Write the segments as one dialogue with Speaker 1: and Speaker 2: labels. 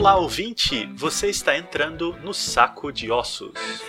Speaker 1: Olá, ouvinte! Você está entrando no Saco de Ossos.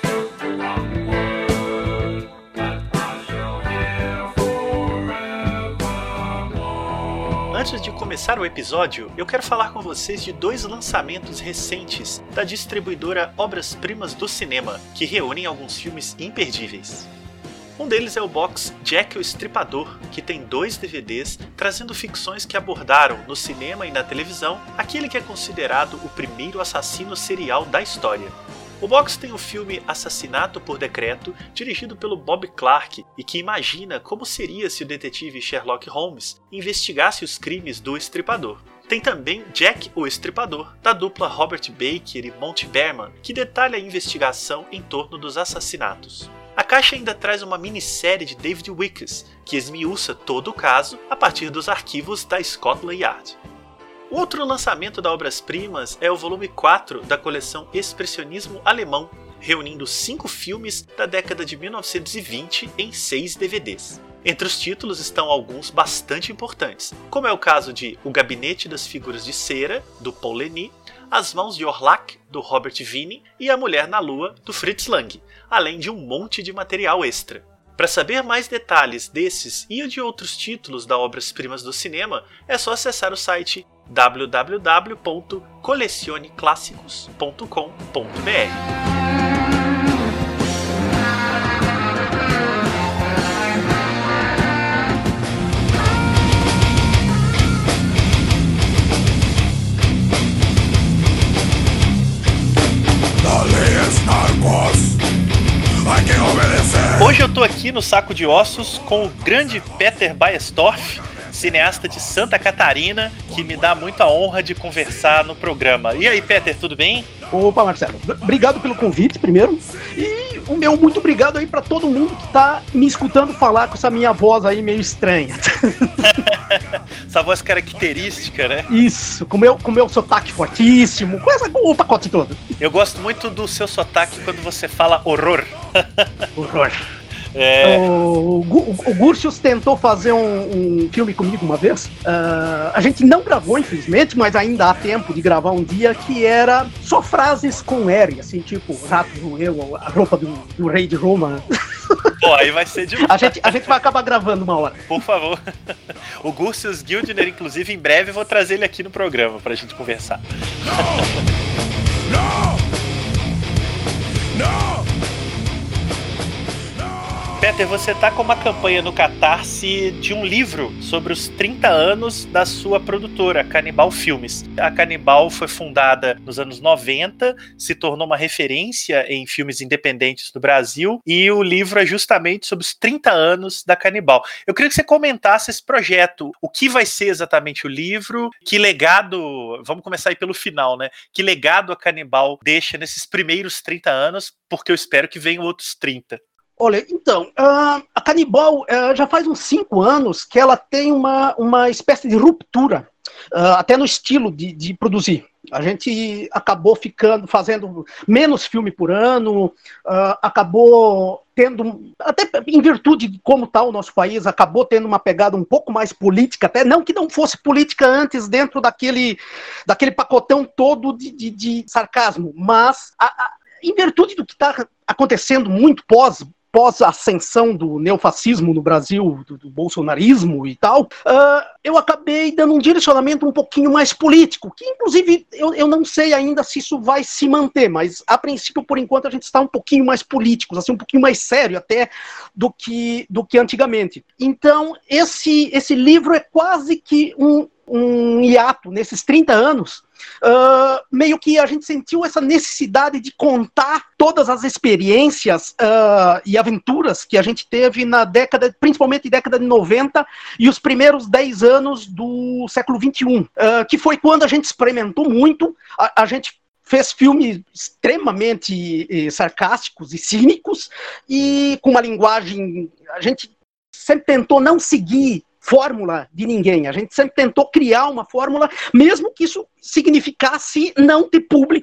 Speaker 1: Antes de começar o episódio, eu quero falar com vocês de dois lançamentos recentes da distribuidora Obras Primas do Cinema, que reúnem alguns filmes imperdíveis. Um deles é o box Jack o Estripador, que tem 2 DVDs trazendo ficções que abordaram no cinema e na televisão aquele que é considerado o primeiro assassino serial da história. O box tem o filme Assassinato por Decreto, dirigido pelo Bob Clark, e que imagina como seria se o detetive Sherlock Holmes investigasse os crimes do Estripador. Tem também Jack o Estripador, da dupla Robert Baker e Monty Berman, que detalha a investigação em torno dos assassinatos. A caixa ainda traz uma minissérie de David Wickes, que esmiuça todo o caso a partir dos arquivos da Scotland Yard. O outro lançamento da Obras Primas é o volume 4 da coleção Expressionismo Alemão, reunindo 5 filmes da década de 1920 em 6 DVDs. Entre os títulos estão alguns bastante importantes, como é o caso de O Gabinete das Figuras de Cera, do Paul Leni, As Mãos de Orlac, do Robert Wiene, e A Mulher na Lua, do Fritz Lang, além de um monte de material extra. Para saber mais detalhes desses e de outros títulos da Obras Primas do Cinema, é só acessar o site www.colecioneclassicos.com.br. Hoje eu tô aqui no Saco de Ossos com o grande Peter Baestorff, cineasta de Santa Catarina, que me dá muita honra de conversar no programa. E aí, Peter, tudo bem?
Speaker 2: Opa, Marcelo, obrigado pelo convite primeiro, e o meu muito obrigado aí pra todo mundo que tá me escutando falar com essa minha voz aí meio estranha.
Speaker 1: Essa voz característica, né?
Speaker 2: Isso, com meu sotaque fortíssimo, com o pacote todo.
Speaker 1: Eu gosto muito do seu sotaque quando você fala horror.
Speaker 2: Horror. O Gursius tentou fazer um filme comigo uma vez. A gente não gravou, infelizmente, mas ainda há tempo de gravar um dia, que era só frases com R, assim, tipo, rato roeu, a roupa do rei de Roma.
Speaker 1: Pô, aí vai ser demais.
Speaker 2: A gente vai acabar gravando uma hora.
Speaker 1: Por favor. O Gursius Gildner, inclusive, em breve eu vou trazer ele aqui no programa pra gente conversar. Não! Peter, você tá com uma campanha no Catarse de um livro sobre os 30 anos da sua produtora, Canibal Filmes. A Canibal foi fundada nos anos 90, se tornou uma referência em filmes independentes do Brasil, e o livro é justamente sobre os 30 anos da Canibal. Eu queria que você comentasse esse projeto. O que vai ser exatamente o livro? Que legado, vamos começar aí pelo final, né? Que legado a Canibal deixa nesses primeiros 30 anos, porque eu espero que venham outros 30.
Speaker 2: Olha, então, a Canibal já faz uns 5 anos que ela tem uma espécie de ruptura, até no estilo de produzir. A gente acabou fazendo menos filme por ano, acabou tendo, até em virtude de como está o nosso país, acabou tendo uma pegada um pouco mais política, até não que não fosse política antes dentro daquele pacotão todo de sarcasmo, mas em virtude do que está acontecendo muito pós a ascensão do neofascismo no Brasil, do bolsonarismo e tal, eu acabei dando um direcionamento um pouquinho mais político, que inclusive eu não sei ainda se isso vai se manter, mas a princípio, por enquanto, a gente está um pouquinho mais políticos, assim, um pouquinho mais sério até do que antigamente. Então, esse livro é quase que um hiato nesses 30 anos, meio que a gente sentiu essa necessidade de contar todas as experiências e aventuras que a gente teve principalmente década de 90 e os primeiros 10 anos do século XXI, que foi quando a gente experimentou muito, a gente fez filmes extremamente sarcásticos e cínicos, e com uma linguagem, a gente sempre tentou não seguir fórmula de ninguém, a gente sempre tentou criar uma fórmula, mesmo que isso significasse não ter público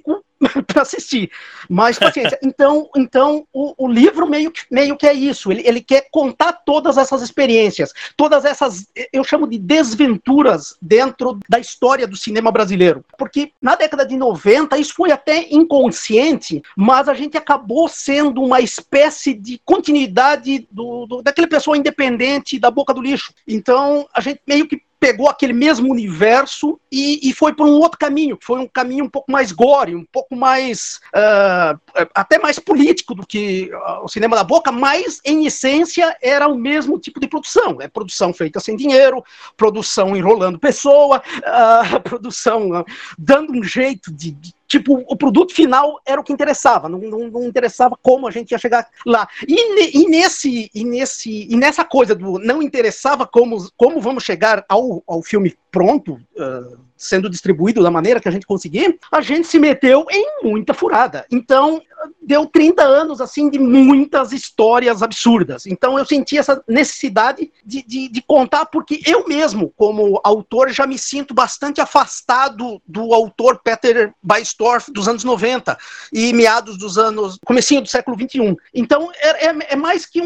Speaker 2: para assistir. Mas paciência. Então o livro meio que é isso. Ele quer contar todas essas experiências, todas essas, eu chamo de desventuras dentro da história do cinema brasileiro. Porque na década de 90, isso foi até inconsciente, mas a gente acabou sendo uma espécie de continuidade daquele pessoal independente da Boca do Lixo. Então, a gente meio que pegou aquele mesmo universo e foi por um outro caminho, que foi um caminho um pouco mais gore, um pouco mais, até mais político do que o cinema da Boca, mas, em essência, era o mesmo tipo de produção. É produção feita sem dinheiro, produção enrolando pessoa, produção dando um jeito de tipo, o produto final era o que interessava, não interessava como a gente ia chegar lá. E nessa coisa do não interessava como vamos chegar ao filme pronto, sendo distribuído da maneira que a gente conseguir, a gente se meteu em muita furada. Então, deu 30 anos, assim, de muitas histórias absurdas. Então, eu senti essa necessidade de contar, porque eu mesmo, como autor, já me sinto bastante afastado do autor Peter Baestorff dos anos 90 e meados dos anos, comecinho do século XXI. Então, é mais que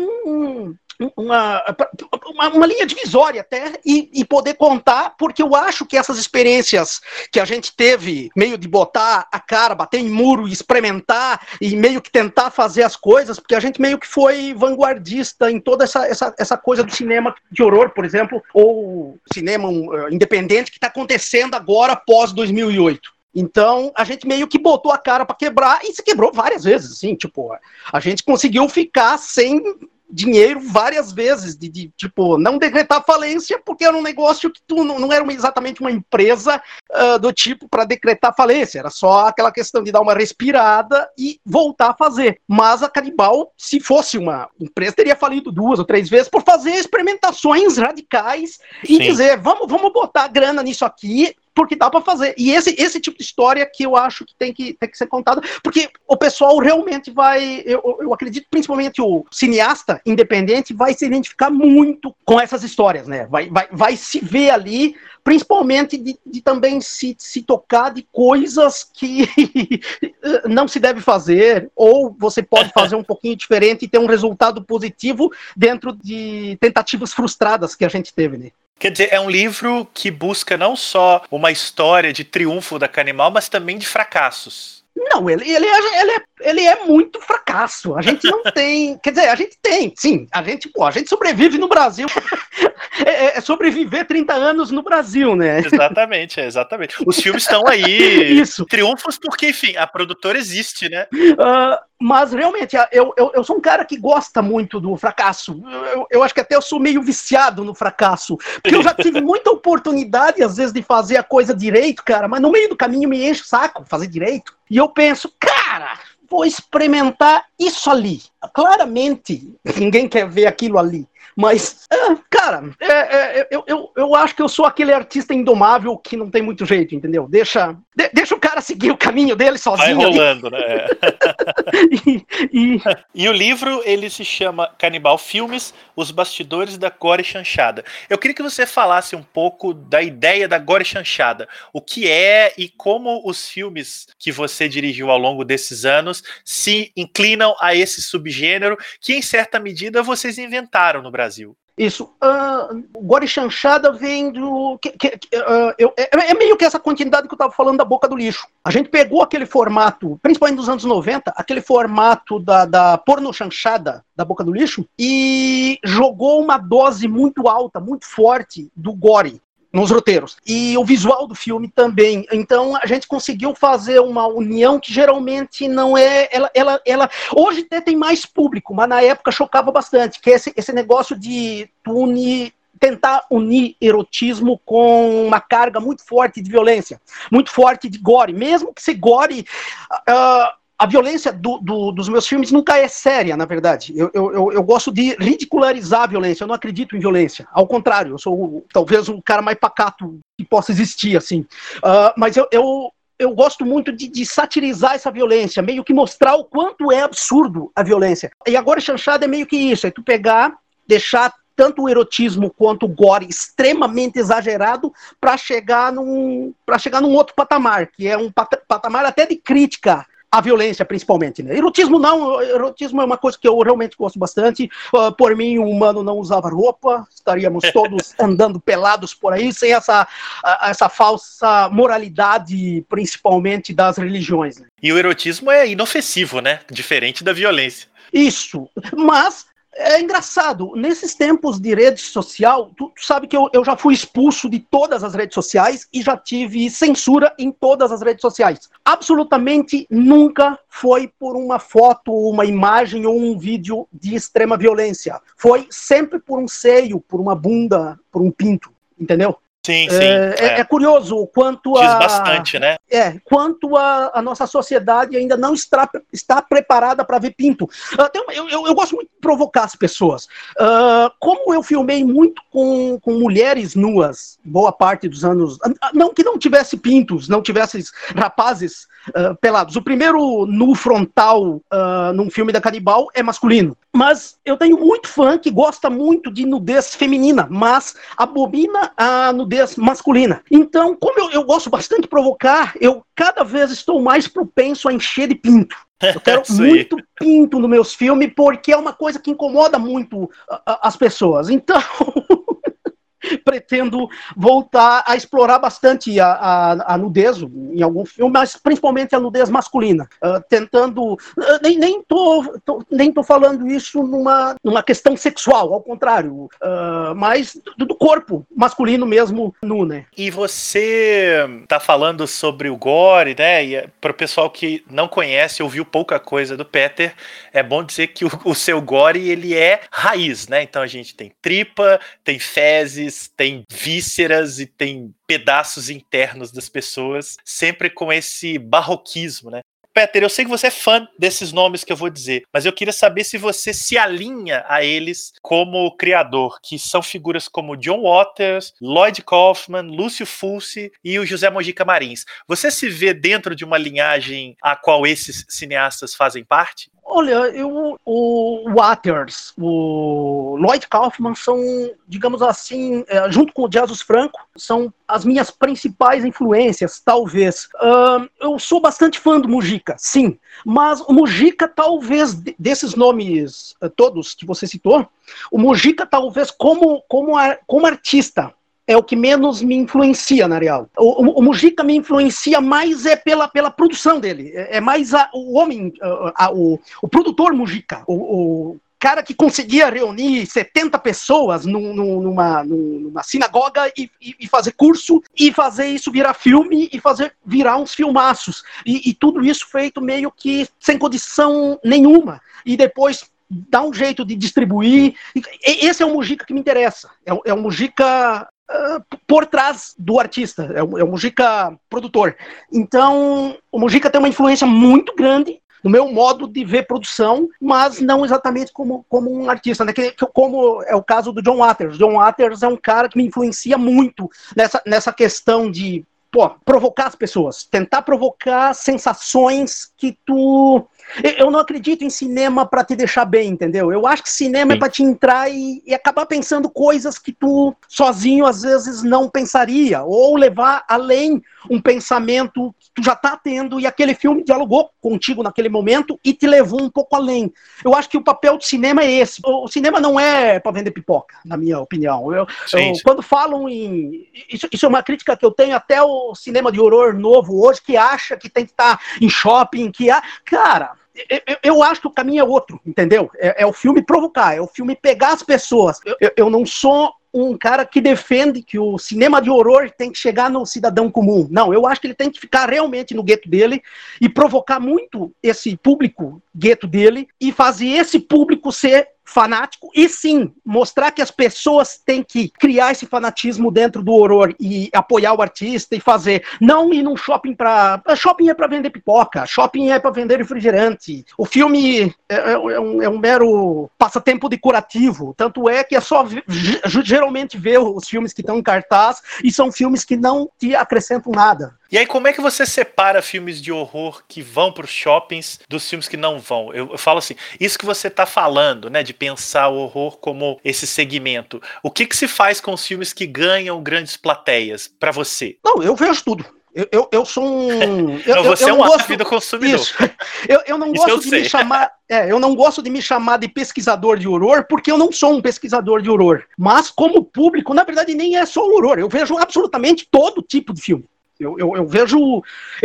Speaker 2: uma linha divisória até, e poder contar, porque eu acho que essas experiências que a gente teve, meio de botar a cara, bater em muro e experimentar, e meio que tentar fazer as coisas, porque a gente meio que foi vanguardista em toda essa coisa do cinema de horror, por exemplo, ou cinema independente que está acontecendo agora pós 2008. Então, a gente meio que botou a cara para quebrar, e se quebrou várias vezes, assim, tipo, a gente conseguiu ficar sem dinheiro várias vezes, tipo, não decretar falência, porque era um negócio que não era exatamente uma empresa do tipo para decretar falência, era só aquela questão de dar uma respirada e voltar a fazer. Mas a Canibal, se fosse uma empresa, teria falido 2 ou 3 vezes por fazer experimentações radicais e
Speaker 1: Sim.
Speaker 2: dizer, vamos botar grana nisso aqui, porque dá para fazer. E esse tipo de história que eu acho que tem que ser contada, porque o pessoal realmente vai, eu acredito, principalmente o cineasta independente, vai se identificar muito com essas histórias, né? Vai se ver ali, principalmente de também se tocar de coisas que não se deve fazer, ou você pode fazer um pouquinho diferente e ter um resultado positivo dentro de tentativas frustradas que a gente teve, né?
Speaker 1: Quer dizer, é um livro que busca não só uma história de triunfo da Canimal, mas também de fracassos.
Speaker 2: Não, ele é muito fracasso. A gente não tem... Quer dizer, a gente tem, sim. A gente sobrevive no Brasil. É sobreviver 30 anos no Brasil, né?
Speaker 1: Exatamente. Os filmes estão aí. Isso. Triunfos porque, enfim, a produtora existe, né?
Speaker 2: Mas, realmente, eu sou um cara que gosta muito do fracasso. Eu acho que até eu sou meio viciado no fracasso. Porque eu já tive muita oportunidade, às vezes, de fazer a coisa direito, cara, mas no meio do caminho me enche o saco fazer direito. E eu penso, cara, vou experimentar isso ali. Claramente, ninguém quer ver aquilo ali. Mas, cara, eu acho que eu sou aquele artista indomável que não tem muito jeito, entendeu? Deixa o cara seguir o caminho dele sozinho.
Speaker 1: Vai rolando, né? E o livro, ele se chama Canibal Filmes, Os Bastidores da Gore Chanchada. Eu queria que você falasse um pouco da ideia da Gore Chanchada. O que é e como os filmes que você dirigiu ao longo desses anos se inclinam a esse subgênero que, em certa medida, vocês inventaram no Brasil.
Speaker 2: Isso. Gore Chanchada vem do... é meio que essa continuidade que eu estava falando da Boca do Lixo. A gente pegou aquele formato, principalmente dos anos 90, aquele formato da porno chanchada da Boca do Lixo, e jogou uma dose muito alta, muito forte do gore nos roteiros. E o visual do filme também. Então a gente conseguiu fazer uma união que geralmente não é... Ela hoje até tem mais público, mas na época chocava bastante, que é esse negócio de tentar unir erotismo com uma carga muito forte de violência, muito forte de gore. Mesmo que se gore... a violência dos meus filmes nunca é séria, na verdade. Eu gosto de ridicularizar a violência. Eu não acredito em violência. Ao contrário, eu sou talvez o cara mais pacato que possa existir, assim. Mas eu gosto muito de satirizar essa violência, meio que mostrar o quanto é absurdo a violência. E agora chanchada é meio que isso, é tu pegar, deixar tanto o erotismo quanto o gore extremamente exagerado para chegar num outro patamar, que é um patamar até de crítica a violência, principalmente, né? Erotismo não, erotismo é uma coisa que eu realmente gosto bastante. Por mim, o humano não usava roupa, estaríamos todos andando pelados por aí, sem essa falsa moralidade, principalmente das religiões. Né?
Speaker 1: E o erotismo é inofensivo, né? Diferente da violência.
Speaker 2: Isso, mas é engraçado, nesses tempos de rede social, tu sabe que eu já fui expulso de todas as redes sociais e já tive censura em todas as redes sociais. Absolutamente nunca foi por uma foto, uma imagem ou um vídeo de extrema violência. Foi sempre por um seio, por uma bunda, por um pinto, entendeu?
Speaker 1: Sim, sim.
Speaker 2: É curioso o quanto
Speaker 1: diz bastante, né?
Speaker 2: Quanto a nossa sociedade ainda não está preparada para ver pinto. Eu gosto muito de provocar as pessoas. Como eu filmei muito com mulheres nuas, boa parte dos anos... Não que não tivesse pintos, não tivesse rapazes pelados. O primeiro nu frontal num filme da Canibal é masculino. Mas eu tenho muito fã que gosta muito de nudez feminina, mas abomina a nudez masculina. Então, como eu gosto bastante de provocar, eu cada vez estou mais propenso a encher de pinto. Eu quero muito pinto nos meus filmes, porque é uma coisa que incomoda muito as pessoas. Então... pretendo voltar a explorar bastante a nudez em algum filme, mas principalmente a nudez masculina, tentando, nem tô falando isso numa questão sexual, ao contrário, mas do corpo masculino mesmo nu, né?
Speaker 1: E você tá falando sobre o gore, né? E para o pessoal que não conhece, ouviu pouca coisa do Peter, é bom dizer que o seu gore, ele é raiz, né? Então a gente tem tripa, tem fezes, tem vísceras e tem pedaços internos das pessoas, sempre com esse barroquismo, né? Peter, eu sei que você é fã desses nomes que eu vou dizer, mas eu queria saber se você se alinha a eles como criador, que são figuras como John Waters, Lloyd Kaufman, Lúcio Fulci e o José Mojica Marins. Você se vê dentro de uma linhagem a qual esses cineastas fazem parte?
Speaker 2: Olha, o Waters, o Lloyd Kaufman são, digamos assim, junto com o Jesus Franco, são as minhas principais influências, talvez. Eu sou bastante fã do Mojica, sim, mas o Mojica, talvez, desses nomes todos que você citou, o Mojica, talvez, como artista, é o que menos me influencia, na real. O Mojica me influencia mais pela produção dele. É mais o homem, o produtor Mojica. O cara que conseguia reunir 70 pessoas numa sinagoga e fazer curso, e fazer isso virar filme, e fazer virar uns filmaços. E tudo isso feito meio que sem condição nenhuma. E depois... dá um jeito de distribuir. Esse é o Mojica que me interessa. É o Mojica... por trás do artista, é o Mojica produtor. Então, o Mojica tem uma influência muito grande no meu modo de ver produção, mas não exatamente como um artista, né? Como é o caso do John Waters. John Waters é um cara que me influencia muito nessa questão de provocar as pessoas, tentar provocar sensações que tu... Eu não acredito em cinema para te deixar bem, entendeu? Eu acho que cinema é para te entrar e acabar pensando coisas que tu sozinho às vezes não pensaria, ou levar além um pensamento que tu já tá tendo, e aquele filme dialogou contigo naquele momento e te levou um pouco além. Eu acho que o papel do cinema é esse. O cinema não é para vender pipoca, na minha opinião. Quando falam em... Isso é uma crítica que eu tenho até o cinema de horror novo hoje, que acha que tem que estar em shopping, Cara, eu acho que o caminho é outro, entendeu? É o filme provocar, é o filme pegar as pessoas. Eu não sou um cara que defende que o cinema de horror tem que chegar no cidadão comum. Não, eu acho que ele tem que ficar realmente no gueto dele e provocar muito esse público gueto dele e fazer esse público ser fanático e sim, mostrar que as pessoas têm que criar esse fanatismo dentro do horror e apoiar o artista e fazer, não ir num shopping shopping é para vender pipoca, shopping é para vender refrigerante, o filme é um mero passatempo decorativo, tanto é que é só geralmente ver os filmes que estão em cartaz e são filmes que não te acrescentam nada.
Speaker 1: E aí, como é que você separa filmes de horror que vão para os shoppings dos filmes que não vão? Eu falo assim, isso que você está falando, né, de pensar o horror como esse segmento. O que se faz com os filmes que ganham grandes plateias, para você?
Speaker 2: Não, eu vejo tudo. Eu sou um...
Speaker 1: Você é um ávido consumidor.
Speaker 2: Isso. Eu não gosto de me chamar... eu não gosto de me chamar de pesquisador de horror, porque eu não sou um pesquisador de horror. Mas, como público, na verdade, nem é só horror. Eu vejo absolutamente todo tipo de filme. Eu vejo...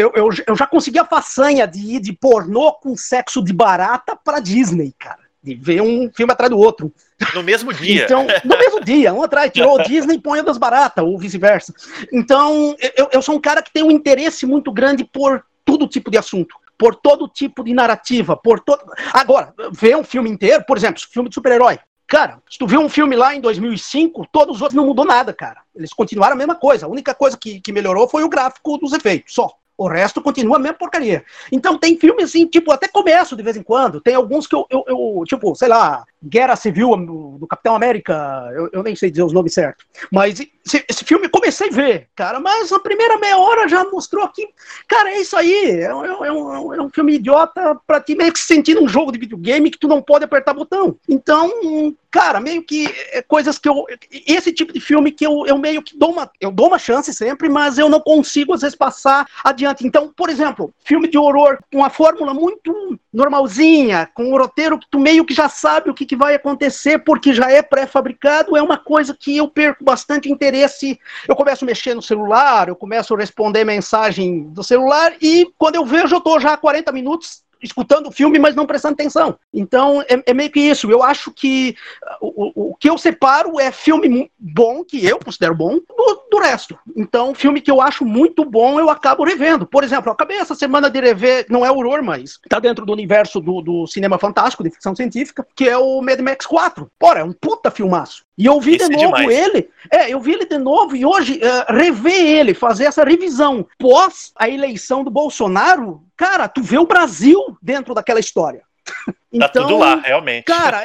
Speaker 2: Eu já consegui a façanha de ir de pornô com sexo de barata pra Disney, cara. De ver um filme atrás do outro.
Speaker 1: No mesmo dia.
Speaker 2: Então, no mesmo dia, um atrás, tirou o Disney e põe o das baratas, ou vice-versa. Então, eu sou um cara que tem um interesse muito grande por todo tipo de assunto, por todo tipo de narrativa, por todo... Agora, ver um filme inteiro, por exemplo, filme de super-herói. Cara, se tu viu um filme lá em 2005, todos os outros não mudou nada, cara. Eles continuaram a mesma coisa. A única coisa que melhorou foi o gráfico dos efeitos, só. O resto continua a mesma porcaria. Então tem filmes assim, tipo, até começo de vez em quando. Tem alguns que eu tipo, sei lá, Guerra Civil do Capitão América, eu nem sei dizer os nomes certos. Mas esse filme eu comecei a ver, cara, mas a primeira meia hora já mostrou que, cara, é isso aí. É um filme idiota pra ti meio que se sentir num jogo de videogame que tu não pode apertar botão. Então, cara, meio que coisas que esse tipo de filme que eu meio que dou uma chance sempre, mas eu não consigo às vezes passar adiante. Então, por exemplo, filme de horror com uma fórmula muito normalzinha, com um roteiro que tu meio que já sabe o que vai acontecer porque já é pré-fabricado, é uma coisa que eu perco bastante interesse. Eu começo a mexer no celular, eu começo a responder mensagem do celular e quando eu vejo eu tô já há 40 minutos escutando o filme, mas não prestando atenção. Então, é meio que isso. Eu acho que o que eu separo é filme bom, que eu considero bom, do resto. Então, filme que eu acho muito bom, eu acabo revendo. Por exemplo, eu acabei essa semana de rever, não é horror, mas tá dentro do universo do cinema fantástico, de ficção científica, que é o Mad Max 4. Porra, é um puta filmaço. E eu vi de novo ele, eu vi ele de novo e hoje rever ele, fazer essa revisão pós a eleição do Bolsonaro, cara, tu vê o Brasil dentro daquela história.
Speaker 1: Então, tá tudo lá, realmente.
Speaker 2: Cara,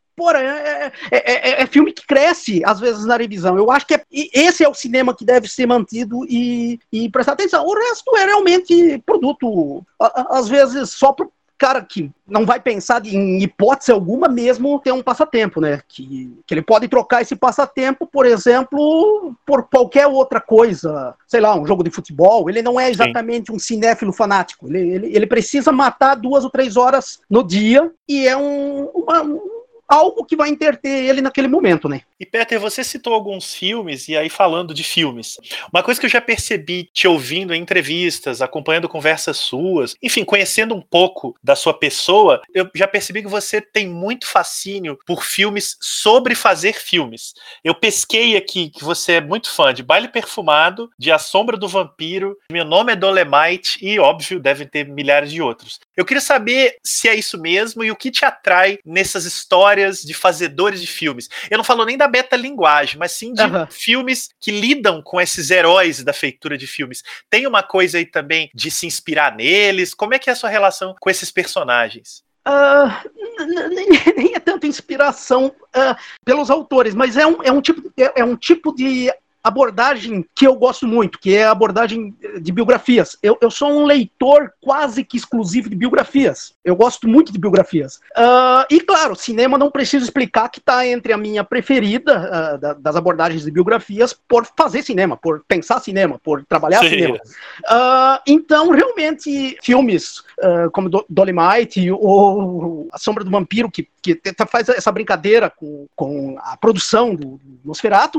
Speaker 2: é filme que cresce, às vezes, na revisão. Eu acho que esse é o cinema que deve ser mantido e prestar atenção. O resto é realmente produto, às vezes, só pro cara que não vai pensar em hipótese alguma mesmo ter um passatempo, né? Que ele pode trocar esse passatempo, por exemplo, por qualquer outra coisa. Sei lá, um jogo de futebol. Ele não é exatamente um cinéfilo fanático. Ele precisa matar 2 ou 3 horas no dia e é algo que vai interter ele naquele momento, né?
Speaker 1: E Peter, você citou alguns filmes, e aí falando de filmes, uma coisa que eu já percebi te ouvindo em entrevistas, acompanhando conversas suas, enfim, conhecendo um pouco da sua pessoa, eu já percebi que você tem muito fascínio por filmes sobre fazer filmes. Eu pesquei aqui que você é muito fã de Baile Perfumado, de A Sombra do Vampiro, Meu Nome é Dolemite e, óbvio, deve ter milhares de outros. Eu queria saber se é isso mesmo e o que te atrai nessas histórias de fazedores de filmes. Eu não falo nem da beta-linguagem, mas sim de filmes que lidam com esses heróis da feitura de filmes. Tem uma coisa aí também de se inspirar neles? Como é que é a sua relação com esses personagens?
Speaker 2: Nem é tanta inspiração pelos autores, mas é um tipo de abordagem que eu gosto muito, que é a abordagem de biografias. Eu sou um leitor quase que exclusivo de biografias. Eu gosto muito de biografias. E, claro, cinema não preciso explicar que está entre a minha preferida das abordagens de biografias por fazer cinema, por pensar cinema, por trabalhar cinema. Então, realmente, filmes como Dolemite ou A Sombra do Vampiro, que faz essa brincadeira com a produção do Nosferatu,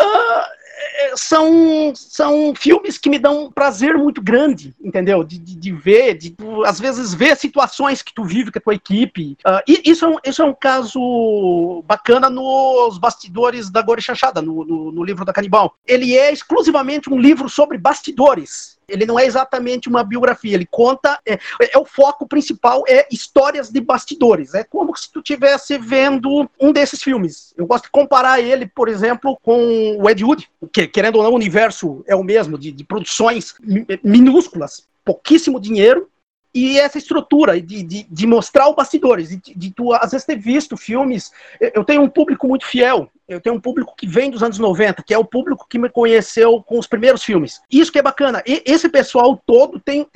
Speaker 2: são filmes que me dão um prazer muito grande, entendeu? De ver, às vezes ver situações que tu vive com a tua equipe. E isso é um caso bacana nos bastidores da Gore Chanchada, no livro da Canibal. Ele é exclusivamente um livro sobre bastidores. Ele não é exatamente uma biografia, ele conta, o foco principal é histórias de bastidores, é como se tu estivesse vendo um desses filmes. Eu gosto de comparar ele, por exemplo, com o Ed Wood, que, querendo ou não, o universo é o mesmo, de produções minúsculas, pouquíssimo dinheiro, e essa estrutura de mostrar os bastidores, de tu, às vezes, ter visto filmes. Eu tenho um público muito fiel, Eu tenho um público que vem dos anos 90, que é o público que me conheceu com os primeiros filmes. Isso que é bacana. E esse pessoal todo tem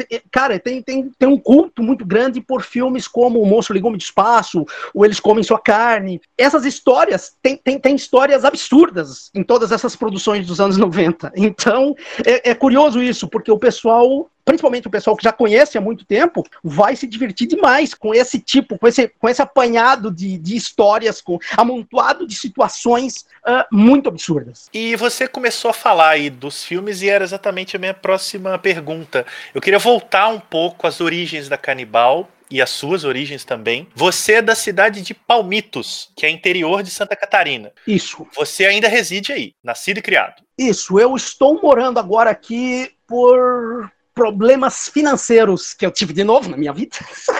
Speaker 2: um culto muito grande por filmes como O Monstro Legume de Espaço, o Eles Comem Sua Carne. Essas histórias, tem histórias absurdas em todas essas produções dos anos 90. Então, é curioso isso, porque o pessoal, principalmente o pessoal que já conhece há muito tempo, vai se divertir demais com esse tipo, com esse apanhado de histórias, com amontoado de situações muito absurdas.
Speaker 1: E você começou a falar aí dos filmes e era exatamente a minha próxima pergunta. Eu queria voltar um pouco às origens da Canibal e as suas origens também. Você é da cidade de Palmitos, que é interior de Santa Catarina.
Speaker 2: Isso.
Speaker 1: Você ainda reside aí, nascido e criado.
Speaker 2: Isso, eu estou morando agora aqui por problemas financeiros que eu tive de novo na minha vida.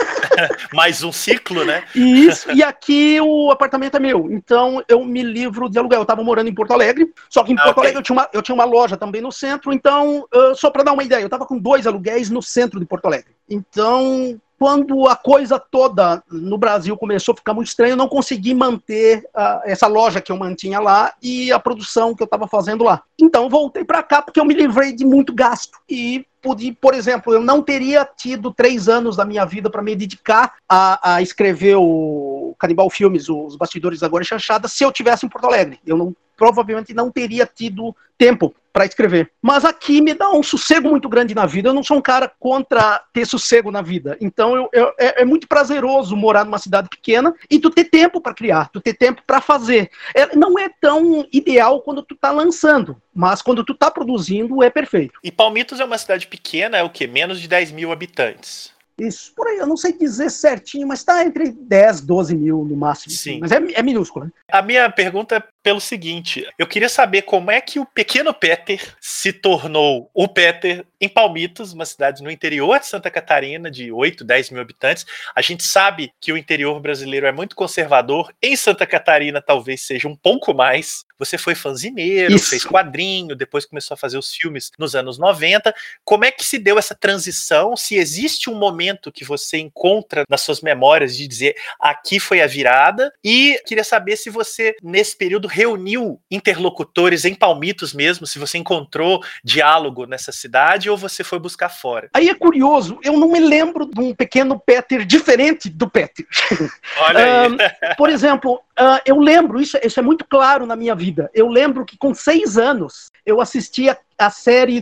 Speaker 1: Mais um ciclo, né?
Speaker 2: Isso, e aqui o apartamento é meu, então eu me livro de aluguel. Eu estava morando em Porto Alegre, só que em Porto Alegre eu tinha uma loja também no centro, então, só para dar uma ideia, eu estava com 2 aluguéis no centro de Porto Alegre. Então, quando a coisa toda no Brasil começou a ficar muito estranha, eu não consegui manter essa loja que eu mantinha lá e a produção que eu estava fazendo lá. Então, eu voltei para cá porque eu me livrei de muito gasto e pude, por exemplo, eu não teria tido 3 anos da minha vida para me dedicar a escrever o Canibal Filmes, os Bastidores da Agora Chanchada, se eu tivesse em Porto Alegre. Eu provavelmente não teria tido tempo para escrever. Mas aqui me dá um sossego muito grande na vida. Eu não sou um cara contra ter sossego na vida. Então é muito prazeroso morar numa cidade pequena e tu ter tempo para criar, tu ter tempo para fazer. Não é tão ideal quando tu tá lançando, mas quando tu tá produzindo é perfeito.
Speaker 1: E Palmitos é uma cidade pequena, é o quê? Menos de 10 mil habitantes.
Speaker 2: Isso, por aí, eu não sei dizer certinho, mas está entre 10, 12 mil no máximo.
Speaker 1: Sim.
Speaker 2: Mas é minúsculo, né?
Speaker 1: A minha pergunta é pelo seguinte, eu queria saber como é que o pequeno Peter se tornou o Peter em Palmitos, uma cidade no interior de Santa Catarina, de 8, 10 mil habitantes. A gente sabe que o interior brasileiro é muito conservador, em Santa Catarina talvez seja um pouco mais. Você foi fanzineiro, fez quadrinho, depois começou a fazer os filmes nos anos 90. Como é que se deu essa transição? Se existe um momento que você encontra nas suas memórias de dizer aqui foi a virada, e queria saber se você, nesse período, reuniu interlocutores em Palmitos mesmo, se você encontrou diálogo nessa cidade ou você foi buscar fora.
Speaker 2: Aí é curioso, eu não me lembro de um pequeno Peter diferente do Peter.
Speaker 1: Olha aí.
Speaker 2: Por exemplo, eu lembro, isso é muito claro na minha vida, eu lembro que com 6 anos eu assistia a série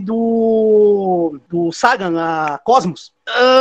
Speaker 2: do Sagan, a Cosmos.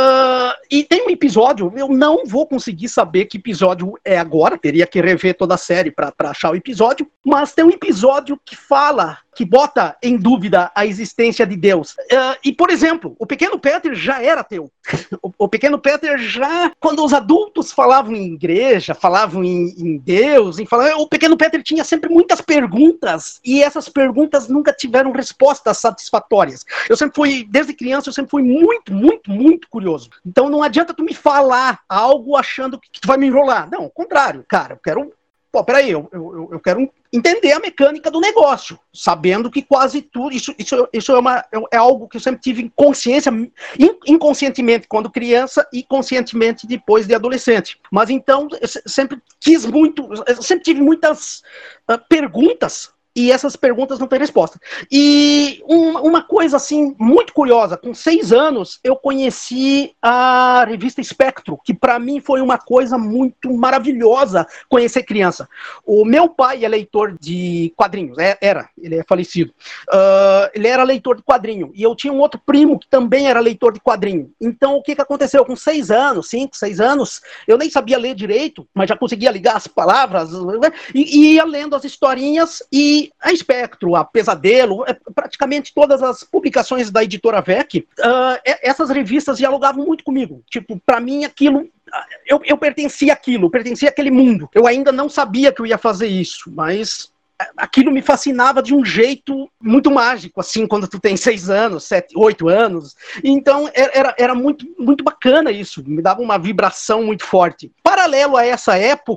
Speaker 2: E tem um episódio, eu não vou conseguir saber que episódio é agora, teria que rever toda a série para achar o episódio, mas tem um episódio que fala, que bota em dúvida a existência de Deus. E, por exemplo, o pequeno Peter já era ateu. O pequeno Peter já, quando os adultos falavam em igreja, falavam em Deus, o pequeno Peter tinha sempre muitas perguntas, e essas perguntas nunca tiveram respostas satisfatórias. Desde criança, eu sempre fui muito, muito, muito curioso. Então não adianta tu me falar algo achando que tu vai me enrolar. Não, ao contrário, cara, eu quero... Pô, peraí, eu quero entender a mecânica do negócio, sabendo que quase tudo, isso é algo que eu sempre tive consciência, inconscientemente quando criança e conscientemente depois de adolescente. Mas então, eu sempre tive muitas perguntas, e essas perguntas não têm resposta. E uma coisa, assim, muito curiosa, com 6 anos, eu conheci a revista Espectro, que para mim foi uma coisa muito maravilhosa conhecer criança. O meu pai é leitor de quadrinhos, ele é falecido. Ele era leitor de quadrinho, e eu tinha um outro primo que também era leitor de quadrinho. Então, o que aconteceu? Com 6 anos, 5, 6 anos, eu nem sabia ler direito, mas já conseguia ligar as palavras, e ia lendo as historinhas, e a Espectro, a Pesadelo, praticamente todas as publicações da editora VEC, essas revistas dialogavam muito comigo. Tipo, para mim aquilo, eu pertencia àquilo, pertencia àquele mundo. Eu ainda não sabia que eu ia fazer isso, mas aquilo me fascinava de um jeito muito mágico, assim, quando tu tem 6 anos, 7, 8 anos. Então, era muito, muito bacana isso, me dava uma vibração muito forte. Paralelo a essa época,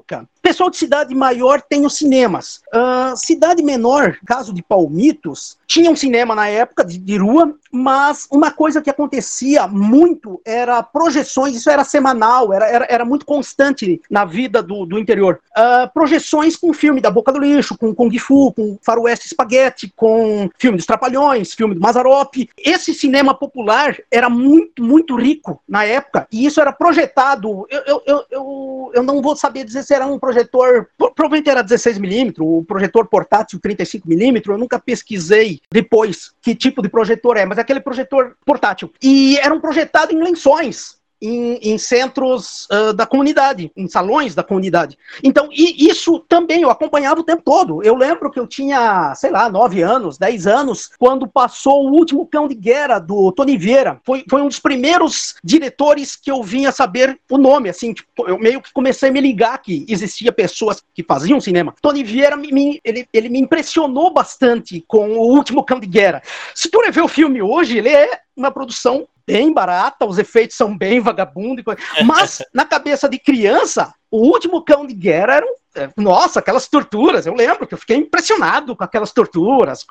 Speaker 2: pessoal de cidade maior tem os cinemas. Cidade menor, caso de Palmitos, tinha um cinema na época de rua, mas uma coisa que acontecia muito era projeções, isso era semanal, era muito constante na vida do interior. Projeções com filme da Boca do Lixo, com Kung Fu, com Faroeste Espaguete, com filme dos Trapalhões, filme do Mazzaropi. Esse cinema popular era muito, muito rico na época, e isso era projetado. Eu não vou saber dizer se era um projetor, provavelmente era 16mm, o projetor portátil 35mm, eu nunca pesquisei depois que tipo de projetor é, mas é aquele projetor portátil. E eram projetados em lençóis, em centros da comunidade, em salões da comunidade. Então, isso também eu acompanhava o tempo todo. Eu lembro que eu tinha, 9 anos, 10 anos, quando passou o último Cão de Guerra, do Tony Vieira. Foi um dos primeiros diretores que eu vinha saber o nome, assim, tipo, eu meio que comecei a me ligar que existia pessoas que faziam cinema. Tony Vieira, ele me impressionou bastante com o último Cão de Guerra. Se tu rever o filme hoje, ele é uma produção bem barata, os efeitos são bem vagabundos, mas na cabeça de criança, o último Cão de Guerra era nossa, aquelas torturas, eu lembro que eu fiquei impressionado com aquelas torturas,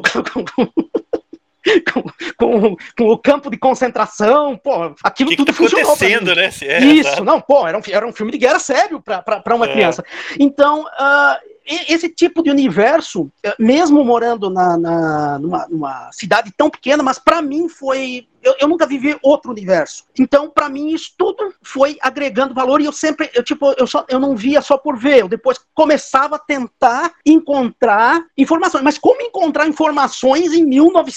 Speaker 2: com o campo de concentração, pô, aquilo tudo funcionou
Speaker 1: acontecendo, né?
Speaker 2: Isso, não, pô, era um filme de guerra sério para uma criança. Então, esse tipo de universo, mesmo morando numa cidade tão pequena, mas para mim foi... Eu nunca vivi outro universo. Então, para mim, isso tudo foi agregando valor e eu não via só por ver. Eu depois começava a tentar encontrar informações. Mas como encontrar informações em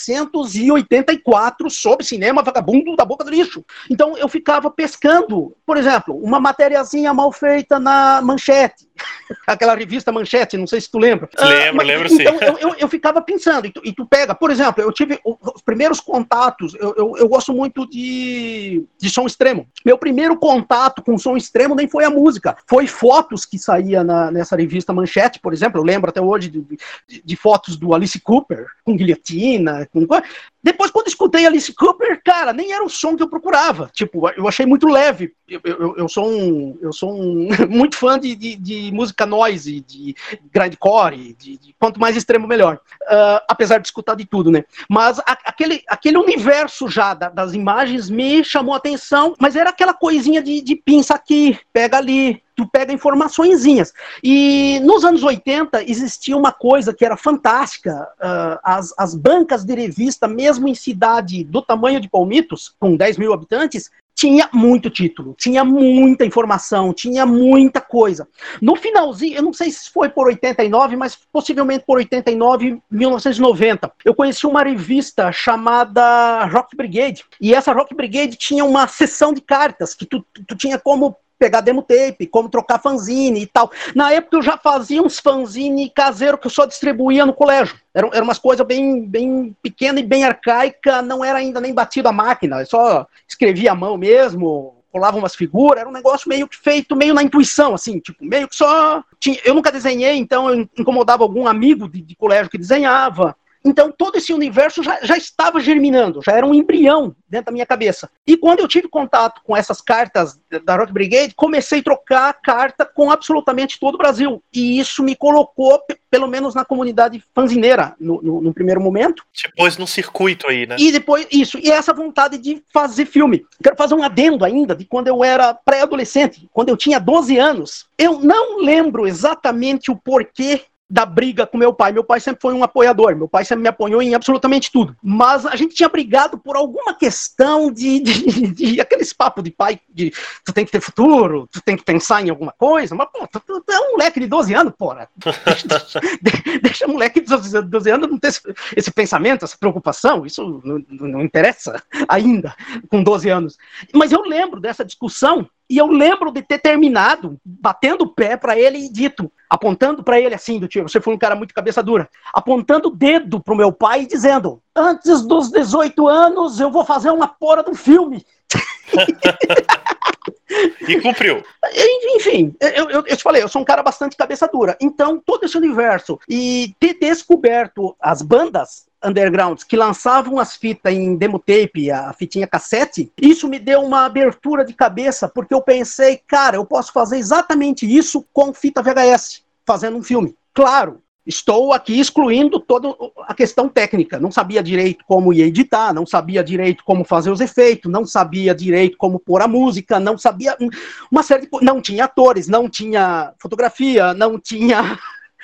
Speaker 2: 1984 sobre cinema vagabundo da Boca do Lixo? Então, eu ficava pescando, por exemplo, uma matériazinha mal feita na Manchete. Aquela revista Manchete, não sei se tu lembra.
Speaker 1: Lembro sim.
Speaker 2: Então, eu ficava pensando, e tu pega, por exemplo, eu tive os primeiros contatos, eu gosto muito de som extremo. Meu primeiro contato com som extremo nem foi a música, foi fotos que saía nessa revista Manchete, por exemplo, eu lembro até hoje de fotos do Alice Cooper, com guilhotina, Depois, quando escutei Alice Cooper, cara, nem era o som que eu procurava. Tipo, eu achei muito leve. Eu sou muito fã de música noise, de grindcore, de quanto mais extremo, melhor. Apesar de escutar de tudo, né? Mas aquele universo já das imagens me chamou a atenção, mas era aquela coisinha de pinça aqui, pega ali, tu pega informaçõezinhas. E nos anos 80 existia uma coisa que era fantástica. As bancas de revista, mesmo em cidade do tamanho de Palmitos, com 10 mil habitantes, tinha muito título, tinha muita informação, tinha muita coisa. No finalzinho, eu não sei se foi por 89, mas possivelmente por 89, 1990, eu conheci uma revista chamada Rock Brigade, e essa Rock Brigade tinha uma seção de cartas, que tu tinha como pegar demo tape, como trocar fanzine e tal. Na época eu já fazia uns fanzine caseiro que eu só distribuía no colégio. Eram umas coisas bem pequenas e bem arcaica, não era ainda nem batido a máquina, eu só escrevia à mão mesmo, colava umas figuras, era um negócio meio que feito meio na intuição, assim, tipo, meio que só... Eu nunca desenhei, então eu incomodava algum amigo de colégio que desenhava. Então, todo esse universo já estava germinando, já era um embrião dentro da minha cabeça. E quando eu tive contato com essas cartas da Rock Brigade, comecei a trocar carta com absolutamente todo o Brasil. E isso me colocou, pelo menos na comunidade fanzineira, no primeiro momento.
Speaker 1: Depois num circuito aí, né?
Speaker 2: E depois, isso. E essa vontade de fazer filme. Quero fazer um adendo ainda de quando eu era pré-adolescente, quando eu tinha 12 anos. Eu não lembro exatamente o porquê da briga com meu pai. Meu pai sempre foi um apoiador, meu pai sempre me apoiou em absolutamente tudo, mas a gente tinha brigado por alguma questão de aqueles papos de pai, de tu tem que ter futuro, tu tem que pensar em alguma coisa, mas pô, tu é um moleque de 12 anos, porra. Deixa o moleque de 12 anos não ter esse pensamento, essa preocupação, isso não interessa ainda, com 12 anos. Mas eu lembro dessa discussão. E eu lembro de ter terminado batendo o pé para ele e dito, apontando para ele assim, do tipo, você foi um cara muito cabeça dura, apontando o dedo pro meu pai e dizendo, antes dos 18 anos eu vou fazer uma porra de um filme.
Speaker 1: E cumpriu.
Speaker 2: Enfim, eu te falei, eu sou um cara bastante cabeça dura. Então, todo esse universo e ter descoberto as bandas undergrounds que lançavam as fitas em demo tape, a fitinha cassete, isso me deu uma abertura de cabeça, porque eu pensei, cara, eu posso fazer exatamente isso com fita VHS, fazendo um filme. Claro, estou aqui excluindo toda a questão técnica. Não sabia direito como ia editar, não sabia direito como fazer os efeitos, não sabia direito como pôr a música, não sabia uma série de coisas. Não tinha atores, não tinha fotografia, não tinha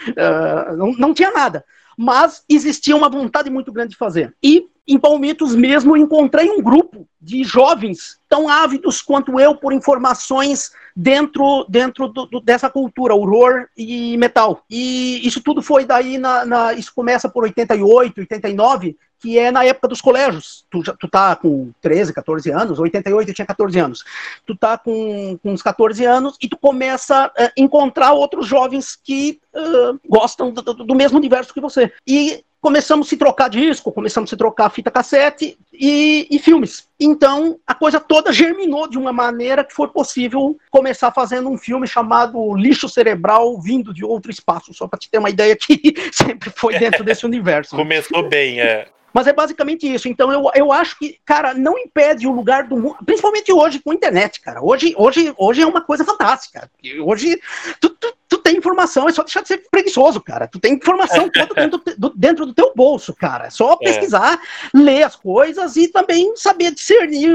Speaker 2: não tinha nada. Mas existia uma vontade muito grande de fazer. E em Palmitos mesmo eu encontrei um grupo de jovens tão ávidos quanto eu por informações dentro dessa cultura, horror e metal. E isso tudo foi daí, isso começa por 88, 89, que é na época dos colégios. Tu tá com 13, 14 anos, 88 eu tinha 14 anos. Tu tá com uns 14 anos e tu começa a encontrar outros jovens que gostam do mesmo universo que você. E começamos a se trocar disco, começamos a se trocar fita cassete e filmes. Então, a coisa toda germinou de uma maneira que foi possível começar fazendo um filme chamado Lixo Cerebral Vindo de Outro Espaço, só para te ter uma ideia que sempre foi dentro desse universo.
Speaker 1: Começou bem,
Speaker 2: Mas é basicamente isso. Então, eu acho que, cara, não impede o lugar do mundo, principalmente hoje com a internet, cara. Hoje é uma coisa fantástica. Hoje, tu tem informação, é só deixar de ser preguiçoso, cara. Tu tem informação toda dentro do teu bolso, cara. É só pesquisar, ler as coisas e também saber discernir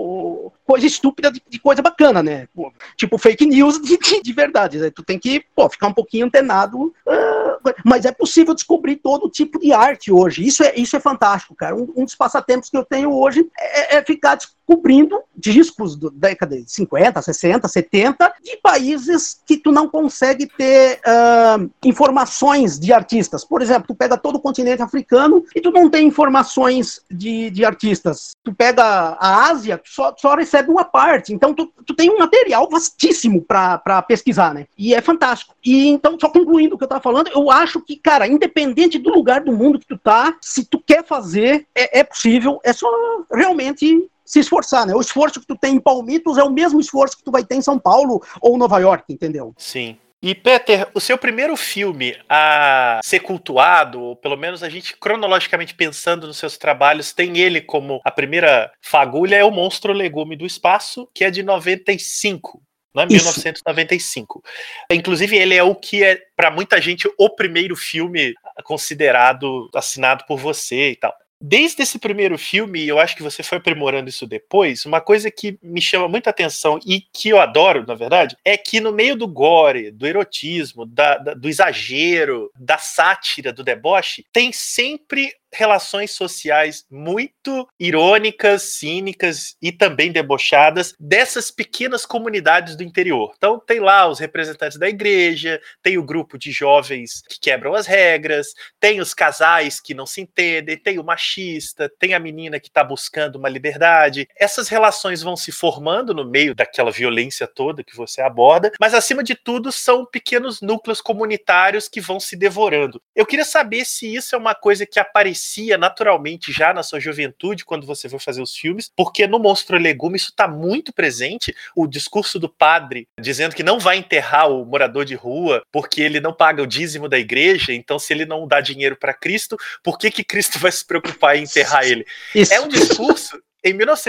Speaker 2: coisa estúpida de coisa bacana, né? Tipo fake news de verdade. Né? Tu tem que ficar um pouquinho antenado. Mas é possível descobrir todo tipo de arte hoje. Isso é fantástico, cara. Um dos passatempos que eu tenho hoje é ficar descobrindo discos da década de 50, 60, 70, de países que tu não consegue ter informações de artistas. Por exemplo, tu pega todo o continente africano e tu não tem informações de artistas. Tu pega a Ásia, tu só recebe uma parte. Então, tu tem um material vastíssimo para pesquisar, né? E é fantástico. E então, só concluindo o que eu tava falando, eu acho que, cara, independente do lugar do mundo que tu tá, se tu quer fazer, é possível, é só realmente se esforçar, né? O esforço que tu tem em Palmitos é o mesmo esforço que tu vai ter em São Paulo ou Nova York, entendeu?
Speaker 1: Sim. E, Peter, o seu primeiro filme a ser cultuado, ou pelo menos a gente cronologicamente pensando nos seus trabalhos, tem ele como a primeira fagulha, é o Monstro Legume do Espaço, que é de 95. Né, 1995. Inclusive, ele é o que é, para muita gente, o primeiro filme considerado, assinado por você e tal. Desde esse primeiro filme, eu acho que você foi aprimorando isso depois, uma coisa que me chama muita atenção e que eu adoro, na verdade, é que no meio do gore, do erotismo, do exagero, da sátira, do deboche, tem sempre relações sociais muito irônicas, cínicas e também debochadas dessas pequenas comunidades do interior. Então tem lá os representantes da igreja, tem o grupo de jovens que quebram as regras, tem os casais que não se entendem, tem o machista, tem a menina que está buscando uma liberdade. Essas relações vão se formando no meio daquela violência toda que você aborda, mas acima de tudo são pequenos núcleos comunitários que vão se devorando. Eu queria saber se isso é uma coisa que aparecia naturalmente já na sua juventude, quando você foi fazer os filmes, porque no Monstro Legume isso está muito presente, o discurso do padre dizendo que não vai enterrar o morador de rua porque ele não paga o dízimo da igreja, então se ele não dá dinheiro para Cristo, por que Cristo vai se preocupar em enterrar ele? Isso. É um discurso em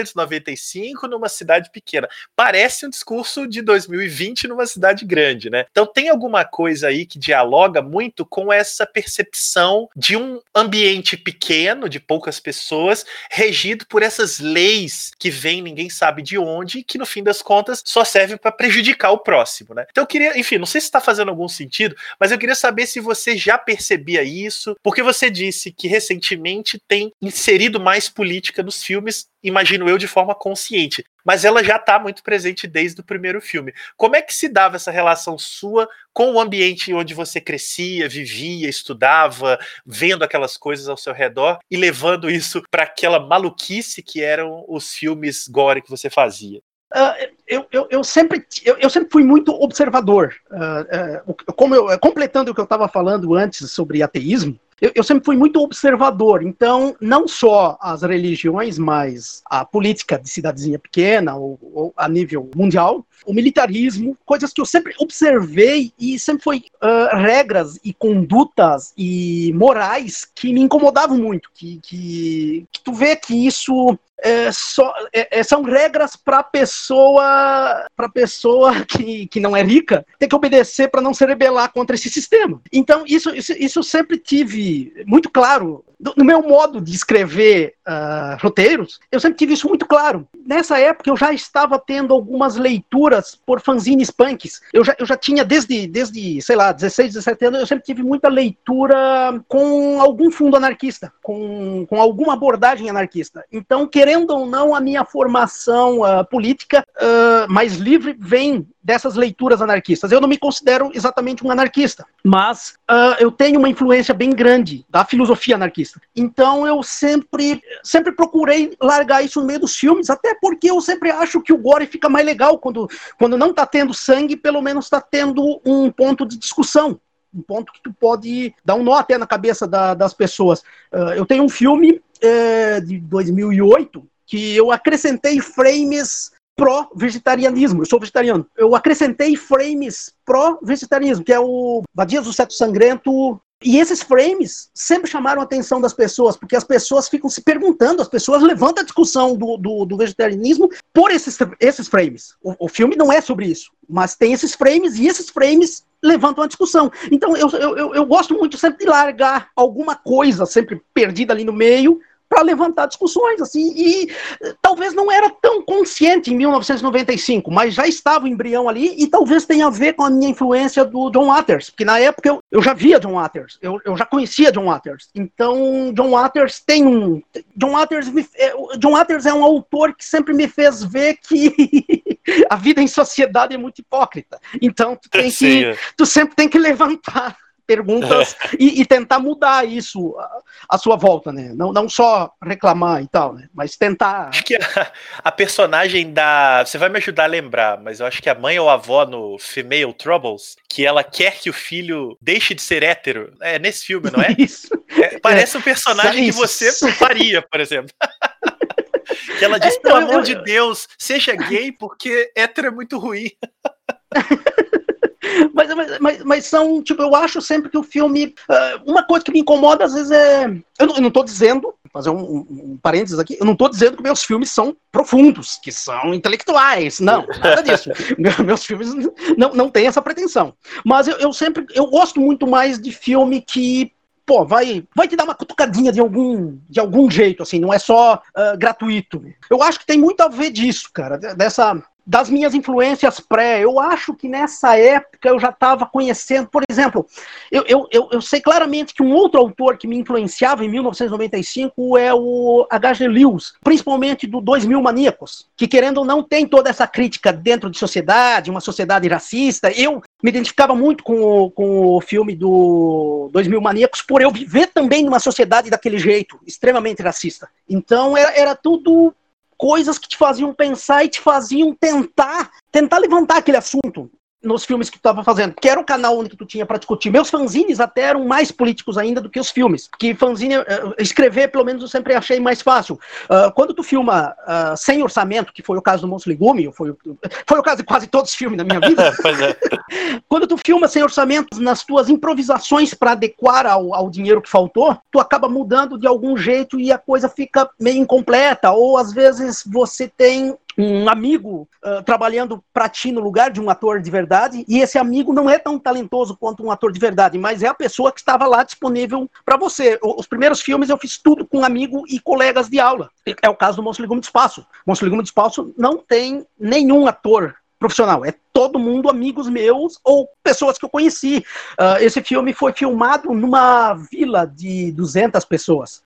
Speaker 1: 1995, numa cidade pequena. Parece um discurso de 2020 numa cidade grande, né? Então tem alguma coisa aí que dialoga muito com essa percepção de um ambiente pequeno, de poucas pessoas, regido por essas leis que vêm ninguém sabe de onde, e que no fim das contas só servem para prejudicar o próximo, né? Então eu queria, enfim, não sei se está fazendo algum sentido, mas eu queria saber se você já percebia isso, porque você disse que recentemente tem inserido mais política nos filmes, imagino eu, de forma consciente, mas ela já está muito presente desde o primeiro filme. Como é que se dava essa relação sua com o ambiente onde você crescia, vivia, estudava, vendo aquelas coisas ao seu redor e levando isso para aquela maluquice que eram os filmes gore que você fazia?
Speaker 2: Eu sempre fui muito observador. Completando o que eu estava falando antes sobre ateísmo, eu sempre fui muito observador, então não só as religiões, mas a política de cidadezinha pequena ou a nível mundial, o militarismo, coisas que eu sempre observei e sempre foi regras e condutas e morais que me incomodavam muito, que tu vê que isso são regras para pessoa que não é rica, tem que obedecer para não se rebelar contra esse sistema. Então isso sempre tive muito claro no meu modo de escrever roteiros. Eu sempre tive isso muito claro. Nessa época eu já estava tendo algumas leituras por fanzines punks. Eu já tinha desde sei lá, 16, 17 anos, eu sempre tive muita leitura com algum fundo anarquista, com alguma abordagem anarquista. Então, querendo ou não, a minha formação política mais livre vem dessas leituras anarquistas. Eu não me considero exatamente um anarquista, mas eu tenho uma influência bem grande da filosofia anarquista. Então eu sempre procurei largar isso no meio dos filmes, até porque eu sempre acho que o gore fica mais legal quando não está tendo sangue, pelo menos está tendo um ponto de discussão. Um ponto que tu pode dar um nó até na cabeça das pessoas. Eu tenho um filme de 2008 que eu acrescentei frames pró-vegetarianismo. Eu sou vegetariano. Eu acrescentei frames pró-vegetarianismo, que é o Vadias do Sexo Sangrento. E esses frames sempre chamaram a atenção das pessoas, porque as pessoas ficam se perguntando, as pessoas levantam a discussão do vegetarianismo por esses frames. O filme não é sobre isso, mas tem esses frames, e esses frames levantam a discussão. Então eu gosto muito sempre de largar alguma coisa sempre perdida ali no meio, para levantar discussões, assim, e talvez não era tão consciente em 1995, mas já estava o embrião ali, e talvez tenha a ver com a minha influência do John Waters, porque na época eu já via John Waters, eu já conhecia John Waters, então John Waters John Waters é um autor que sempre me fez ver que a vida em sociedade é muito hipócrita, então tu sempre tem que levantar perguntas e tentar mudar isso à sua volta, né? Não só reclamar e tal, né? Mas tentar...
Speaker 1: Acho que a personagem você vai me ajudar a lembrar, mas eu acho que a mãe ou a avó no Female Troubles, que ela quer que o filho deixe de ser hétero, é nesse filme, não é? Isso. Parece um personagem que você faria, por exemplo. Que ela diz, pelo amor de Deus, seja gay, porque hétero é muito ruim.
Speaker 2: Mas são, tipo, eu acho sempre que o filme... uma coisa que me incomoda às vezes é... Eu não estou dizendo, vou fazer um parênteses aqui, eu não estou dizendo que meus filmes são profundos, que são intelectuais, não, nada disso. Meus filmes não têm essa pretensão. Mas eu gosto muito mais de filme que... Pô, vai te dar uma cutucadinha de algum jeito, assim, não é só gratuito. Eu acho que tem muito a ver disso, cara, das minhas influências eu acho que nessa época eu já estava conhecendo, por exemplo, eu sei claramente que um outro autor que me influenciava em 1995 é o H.G. Lewis, principalmente do 2000 Maníacos, que querendo ou não tem toda essa crítica dentro de sociedade, uma sociedade racista. Eu me identificava muito com o filme do 2000 Maníacos por eu viver também numa sociedade daquele jeito, extremamente racista. Então era tudo... coisas que te faziam pensar e te faziam tentar levantar aquele assunto nos filmes que tu estava fazendo, que era o canal onde tu tinha para discutir. Meus fanzines até eram mais políticos ainda do que os filmes, porque fanzine, escrever, pelo menos, eu sempre achei mais fácil. Quando tu filma sem orçamento, que foi o caso do Monstro Legume, foi o caso de quase todos os filmes na minha vida,
Speaker 1: Pois é.
Speaker 2: Quando tu filma sem orçamento, nas tuas improvisações para adequar ao dinheiro que faltou, tu acaba mudando de algum jeito e a coisa fica meio incompleta, ou às vezes você tem um amigo trabalhando para ti no lugar de um ator de verdade, e esse amigo não é tão talentoso quanto um ator de verdade, mas é a pessoa que estava lá disponível para você. Os primeiros filmes eu fiz tudo com amigo e colegas de aula. É o caso do Monstro Legume do Espaço. Monstro Legume do Espaço não tem nenhum ator profissional, é todo mundo amigos meus ou pessoas que eu conheci. Esse filme foi filmado numa vila de 200 pessoas.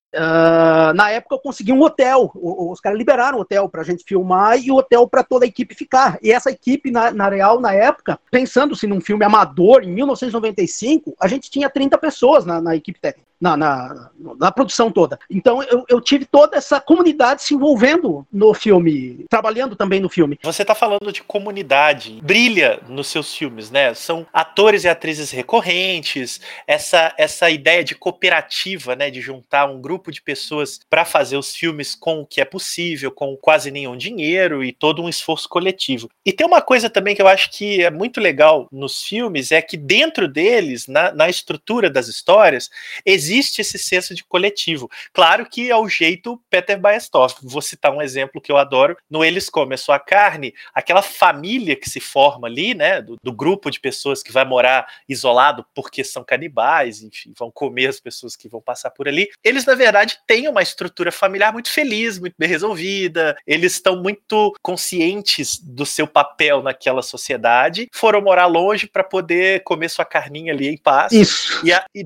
Speaker 2: Na época eu consegui um hotel, os caras liberaram o hotel pra gente filmar e o hotel pra toda a equipe ficar. E essa equipe, na real, na época, pensando-se num filme amador, em 1995, a gente tinha 30 pessoas na equipe técnica. na produção toda. Então eu tive toda essa comunidade se envolvendo no filme, trabalhando também no filme.
Speaker 1: Você tá falando de comunidade, brilha nos seus filmes, né? São atores e atrizes recorrentes, essa ideia de cooperativa, né? De juntar um grupo de pessoas para fazer os filmes com o que é possível, com quase nenhum dinheiro e todo um esforço coletivo. E tem uma coisa também que eu acho que é muito legal nos filmes, é que dentro deles, na estrutura das histórias, existe esse senso de coletivo. Claro que é o jeito Peter Baestorff. Vou citar um exemplo que eu adoro, no Eles Comem a Sua Carne, aquela família que se forma ali, né, do grupo de pessoas que vai morar isolado porque são canibais, enfim, vão comer as pessoas que vão passar por ali. Eles, na verdade, têm uma estrutura familiar muito feliz, muito bem resolvida, eles estão muito conscientes do seu papel naquela sociedade, foram morar longe para poder comer sua carninha ali em paz.
Speaker 2: Isso.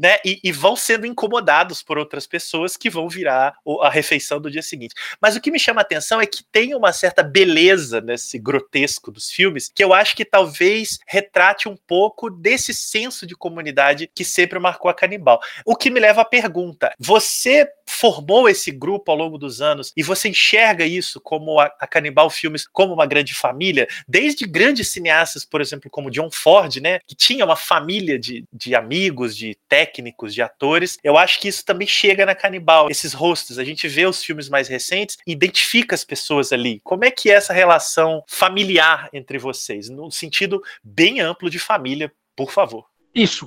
Speaker 1: E vão sendo incomodados por outras pessoas que vão virar a refeição do dia seguinte. Mas o que me chama a atenção é que tem uma certa beleza nesse grotesco dos filmes, que eu acho que talvez retrate um pouco desse senso de comunidade que sempre marcou a Canibal. O que me leva à pergunta: você formou esse grupo ao longo dos anos e você enxerga isso como a Canibal Filmes como uma grande família, desde grandes cineastas, por exemplo, como John Ford, né, que tinha uma família de amigos, de técnicos, de atores. Eu acho que isso também chega na Canibal, esses rostos, a gente vê os filmes mais recentes, identifica as pessoas ali. Como é que é essa relação familiar entre vocês, no sentido bem amplo de família, por favor?
Speaker 2: Isso.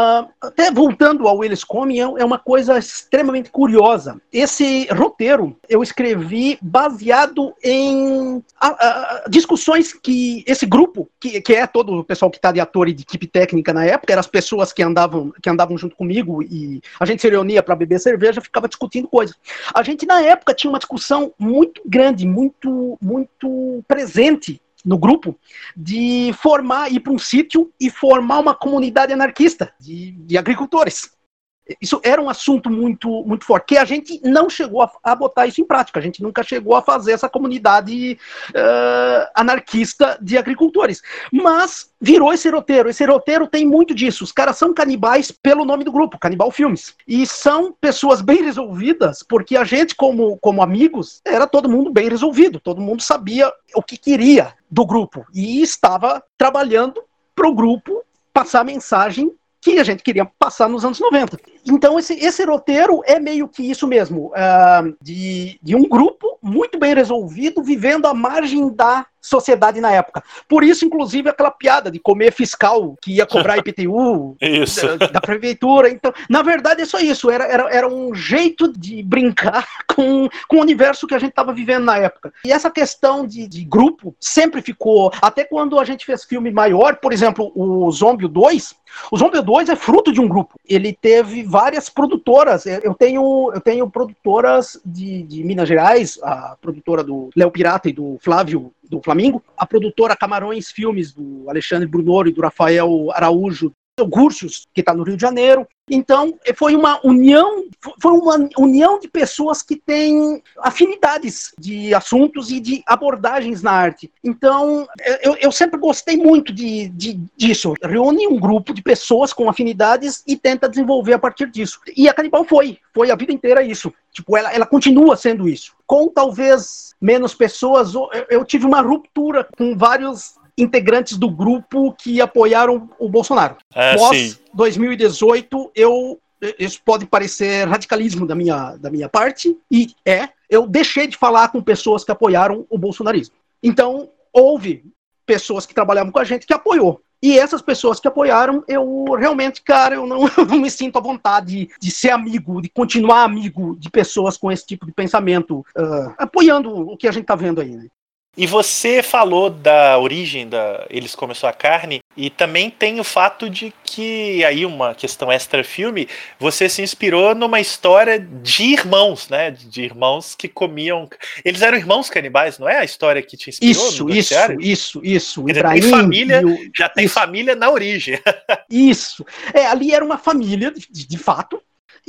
Speaker 2: Até voltando ao Eles Comem, é uma coisa extremamente curiosa. Esse roteiro eu escrevi baseado em discussões que esse grupo, que é todo o pessoal que está de ator e de equipe técnica na época, eram as pessoas que andavam junto comigo e a gente se reunia para beber cerveja, ficava discutindo coisas. A gente, na época, tinha uma discussão muito grande, muito, muito presente no grupo, de ir para um sítio e formar uma comunidade anarquista de agricultores. Isso era um assunto muito, muito forte, que a gente não chegou a botar isso em prática, a gente nunca chegou a fazer essa comunidade anarquista de agricultores, mas virou esse roteiro tem muito disso, os caras são canibais pelo nome do grupo, Canibal Filmes, e são pessoas bem resolvidas, porque a gente como amigos, era todo mundo bem resolvido, todo mundo sabia o que queria do grupo, e estava trabalhando para o grupo passar a mensagem que a gente queria passar nos anos 90. Então esse roteiro é meio que isso mesmo, de um grupo muito bem resolvido, vivendo à margem da sociedade na época. Por isso, inclusive, aquela piada de comer fiscal que ia cobrar IPTU da prefeitura. Então, na verdade, é só isso. Era um jeito de brincar com o universo que a gente estava vivendo na época. E essa questão de grupo sempre ficou... Até quando a gente fez filme maior, por exemplo, o Zombie 2, o Zombie 2 é fruto de um grupo. Ele teve várias produtoras. Eu tenho produtoras de Minas Gerais, a produtora do Léo Pirata e do Flávio do Flamingo, a produtora Camarões Filmes, do Alexandre Brunoro e do Rafael Araújo, o Gursius, que está no Rio de Janeiro. Então, foi uma união de pessoas que têm afinidades de assuntos e de abordagens na arte. Então, eu sempre gostei muito disso. Reúne um grupo de pessoas com afinidades e tenta desenvolver a partir disso. E a Canibal foi a vida inteira isso. Tipo, ela continua sendo isso. Com talvez menos pessoas, eu tive uma ruptura com vários integrantes do grupo que apoiaram o Bolsonaro. Pós 2018, isso pode parecer radicalismo da minha parte, e eu deixei de falar com pessoas que apoiaram o bolsonarismo. Então, houve pessoas que trabalhavam com a gente que apoiou. E essas pessoas que apoiaram, eu realmente, cara, eu não me sinto à vontade de ser amigo, de continuar amigo de pessoas com esse tipo de pensamento, apoiando o que a gente tá vendo aí, né?
Speaker 1: E você falou da origem da Eles Comem a Sua Carne, e também tem o fato de que, aí uma questão extra-filme, você se inspirou numa história de irmãos, né? De irmãos que comiam... Eles eram irmãos canibais, não é a história que te inspirou?
Speaker 2: Isso.
Speaker 1: Já tem família na origem.
Speaker 2: Isso. Ali era uma família, de fato.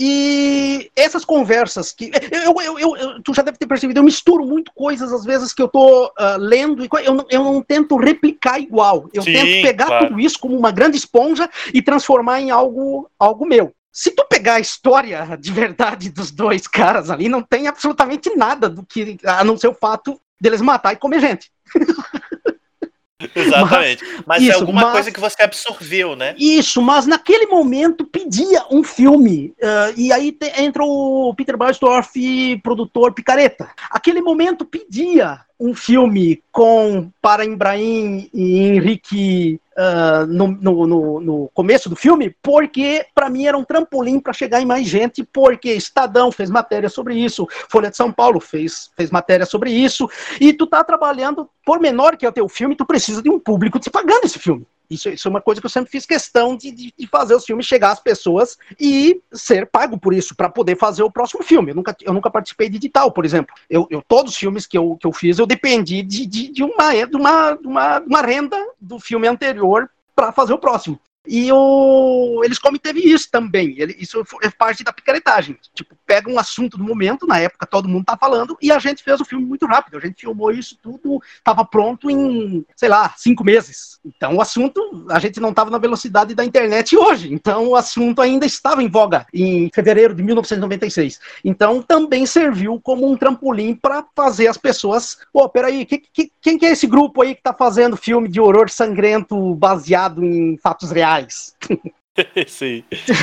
Speaker 2: E essas conversas que... tu já deve ter percebido, eu misturo muito coisas, às vezes, que eu tô lendo, e eu não tento replicar igual. Eu tento pegar tudo isso como uma grande esponja e transformar em algo meu. Se tu pegar a história de verdade dos dois caras ali, não tem absolutamente nada do que, a não ser o fato deles matar e comer gente.
Speaker 1: Exatamente. Mas é alguma coisa que você absorveu, né?
Speaker 2: Isso, mas naquele momento pedia um filme. E aí entra o Peter Barsdorf, produtor picareta. Aquele momento pedia um filme com Para Ibrahim e Henrique no começo do filme, porque para mim era um trampolim para chegar em mais gente, porque Estadão fez matéria sobre isso, Folha de São Paulo fez matéria sobre isso, e tu tá trabalhando, por menor que é o teu filme, tu precisa de um público te pagando esse filme. Isso é uma coisa que eu sempre fiz questão de fazer os filmes chegar às pessoas e ser pago por isso, para poder fazer o próximo filme. Eu nunca participei de edital, por exemplo. Todos os filmes que eu fiz, eu dependi de uma renda do filme anterior para fazer o próximo. E eles como teve isso também. Isso é parte da picaretagem. Tipo, pega um assunto do momento, na época todo mundo tá falando, e a gente fez o filme muito rápido. A gente filmou isso tudo, tava pronto em, 5 meses. Então o assunto, a gente não tava na velocidade da internet hoje. Então o assunto ainda estava em voga em fevereiro de 1996. Então também serviu como um trampolim para fazer as pessoas, peraí, quem que é esse grupo aí que tá fazendo filme de horror sangrento baseado em fatos reais?
Speaker 1: Sim.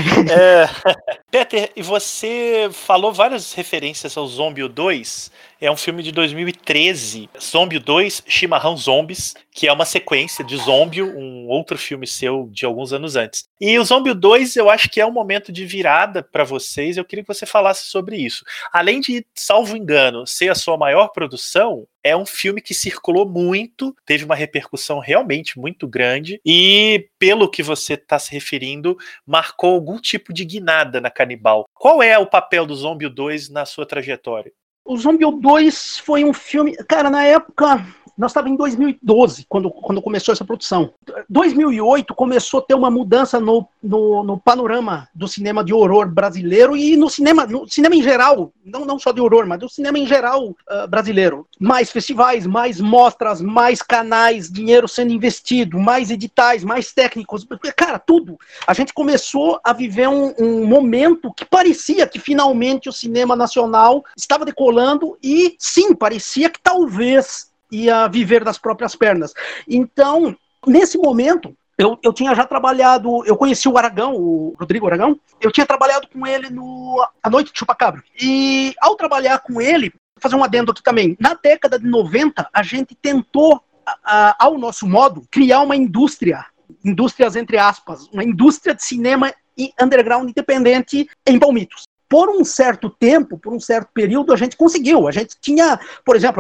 Speaker 1: Peter, e você falou várias referências ao Zombie 2. É um filme de 2013, Zombie 2, Chimarrão Zombies, que é uma sequência de Zombie, um outro filme seu de alguns anos antes. E o Zombie 2 eu acho que é um momento de virada para vocês, eu queria que você falasse sobre isso. Além de, salvo engano, ser a sua maior produção, é um filme que circulou muito, teve uma repercussão realmente muito grande, e pelo que você está se referindo, marcou algum tipo de guinada na Canibal. Qual é o papel do Zombie 2 na sua trajetória?
Speaker 2: O Zombie 2 foi um filme... Cara, na época... Nós estávamos em 2012, quando começou essa produção. 2008 começou a ter uma mudança no panorama do cinema de horror brasileiro e no cinema em geral, não só de horror, mas do cinema em geral brasileiro. Mais festivais, mais mostras, mais canais, dinheiro sendo investido, mais editais, mais técnicos. Cara, tudo. A gente começou a viver um momento que parecia que finalmente o cinema nacional estava decolando e, sim, parecia que talvez ia viver das próprias pernas. Então, nesse momento, eu tinha já trabalhado, eu conheci o Aragão, o Rodrigo Aragão, eu tinha trabalhado com ele no A Noite de Chupacabra. E ao trabalhar com ele, vou fazer um adendo aqui também, na década de 90, a gente tentou, ao nosso modo, criar uma indústrias entre aspas, uma indústria de cinema underground independente em Palmitos. Por um certo tempo, por um certo período, a gente conseguiu. A gente tinha, por exemplo,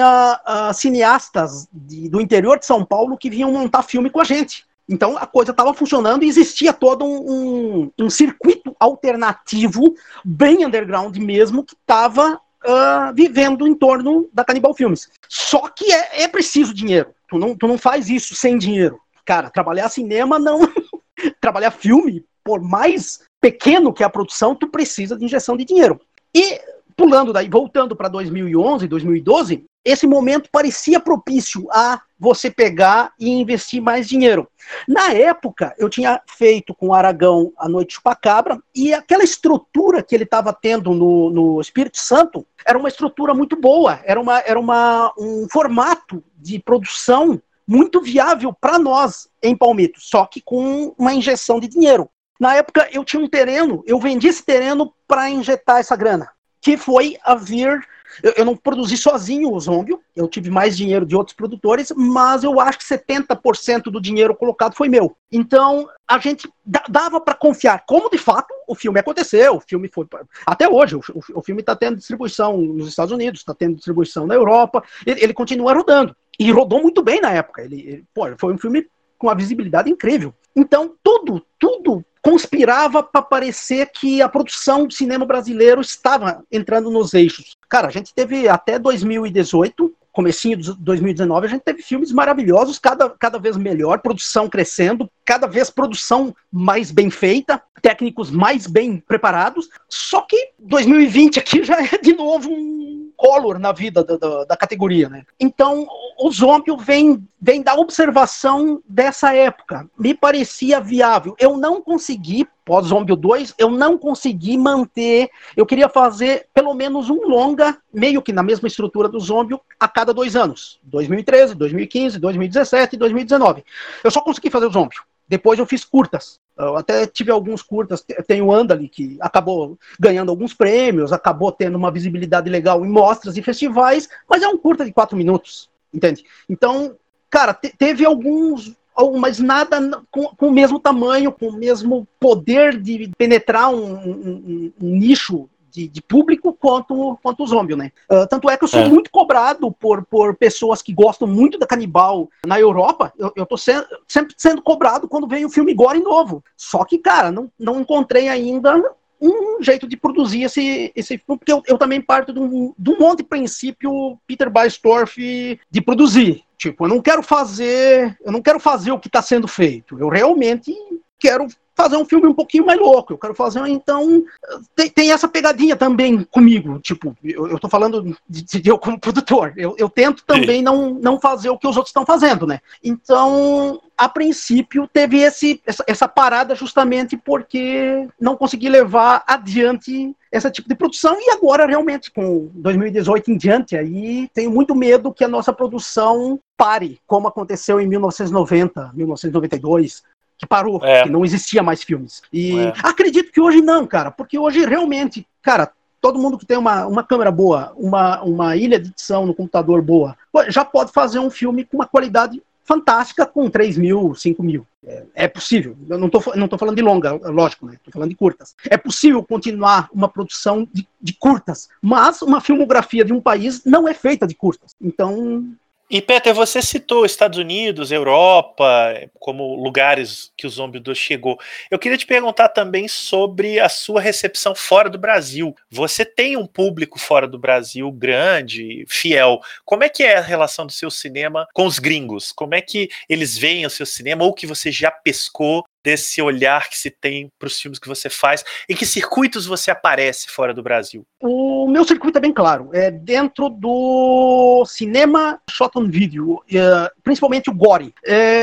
Speaker 2: cineastas do interior de São Paulo que vinham montar filme com a gente. Então a coisa estava funcionando e existia todo um circuito alternativo, bem underground mesmo, que estava vivendo em torno da Canibal Filmes. Só que é preciso dinheiro. Tu não faz isso sem dinheiro. Cara, trabalhar cinema não... trabalhar filme, por mais pequeno que é a produção, tu precisa de injeção de dinheiro. E pulando daí, voltando para 2011, 2012, esse momento parecia propício a você pegar e investir mais dinheiro. Na época, eu tinha feito com o Aragão A Noite de Chupacabra, e aquela estrutura que ele estava tendo no Espírito Santo era uma estrutura muito boa, era um formato de produção muito viável para nós em Palmitos, só que com uma injeção de dinheiro. Na época, eu tinha um terreno, eu vendi esse terreno para injetar essa grana, que foi a vir... Eu não produzi sozinho o Zombie, eu tive mais dinheiro de outros produtores, mas eu acho que 70% do dinheiro colocado foi meu. Então, a gente dava para confiar, como de fato o filme aconteceu, o filme foi... Até hoje, o filme está tendo distribuição nos Estados Unidos, está tendo distribuição na Europa, ele continua rodando. E rodou muito bem na época, foi um filme com uma visibilidade incrível. Então, tudo conspirava para parecer que a produção do cinema brasileiro estava entrando nos eixos. Cara, a gente teve até 2018, comecinho de 2019, a gente teve filmes maravilhosos, cada vez melhor, produção crescendo, cada vez produção mais bem feita, técnicos mais bem preparados, só que 2020 aqui já é de novo um color na vida da categoria, né? Então, o Zombie vem da observação dessa época. Me parecia viável. Eu não consegui, pós-Zombie 2, eu não consegui manter. Eu queria fazer pelo menos um longa, meio que na mesma estrutura do Zombie, a cada 2 anos. 2013, 2015, 2017 e 2019. Eu só consegui fazer o Zombie. Depois eu fiz curtas. Eu até tive alguns curtas. Tem o Andali, que acabou ganhando alguns prêmios, acabou tendo uma visibilidade legal em mostras e festivais, mas é um curta de 4 minutos, entende? Então, cara, teve alguns, mas nada com o mesmo tamanho, com o mesmo poder de penetrar um nicho de público quanto o Zombie, né? Tanto é que eu sou muito cobrado por pessoas que gostam muito da Canibal na Europa. Eu tô sempre sendo cobrado quando vem um filme gore novo. Só que, cara, não encontrei ainda um jeito de produzir esse filme, porque eu também parto de um monte de princípio Peter Baestorff de produzir. Tipo, eu não quero fazer o que está sendo feito. Eu realmente quero fazer um filme um pouquinho mais louco. Eu quero fazer, então, tem essa pegadinha também comigo. Tipo, eu tô falando de eu como produtor. Eu tento também não fazer o que os outros estão fazendo, né? Então, a princípio, teve essa parada justamente porque não consegui levar adiante esse tipo de produção. E agora, realmente, com 2018 em diante, aí tenho muito medo que a nossa produção pare, como aconteceu em 1990, 1992, que parou, que não existia mais filmes. E acredito que hoje não, cara, porque hoje realmente, cara, todo mundo que tem uma câmera boa, uma ilha de edição no computador boa, já pode fazer um filme com uma qualidade fantástica com 3 mil, 5 mil. É possível. Eu não tô falando de longa, lógico, né? Tô falando de curtas. É possível continuar uma produção de curtas, mas uma filmografia de um país não é feita de curtas. Então...
Speaker 1: E, Peter, você citou Estados Unidos, Europa, como lugares que o Zombie 2 chegou. Eu queria te perguntar também sobre a sua recepção fora do Brasil. Você tem um público fora do Brasil grande, fiel. Como é que é a relação do seu cinema com os gringos? Como é que eles veem o seu cinema, ou que você já pescou desse olhar que se tem para os filmes que você faz? Em que circuitos você aparece fora do Brasil?
Speaker 2: O meu circuito é bem claro. É dentro do cinema shot on video, principalmente o gore.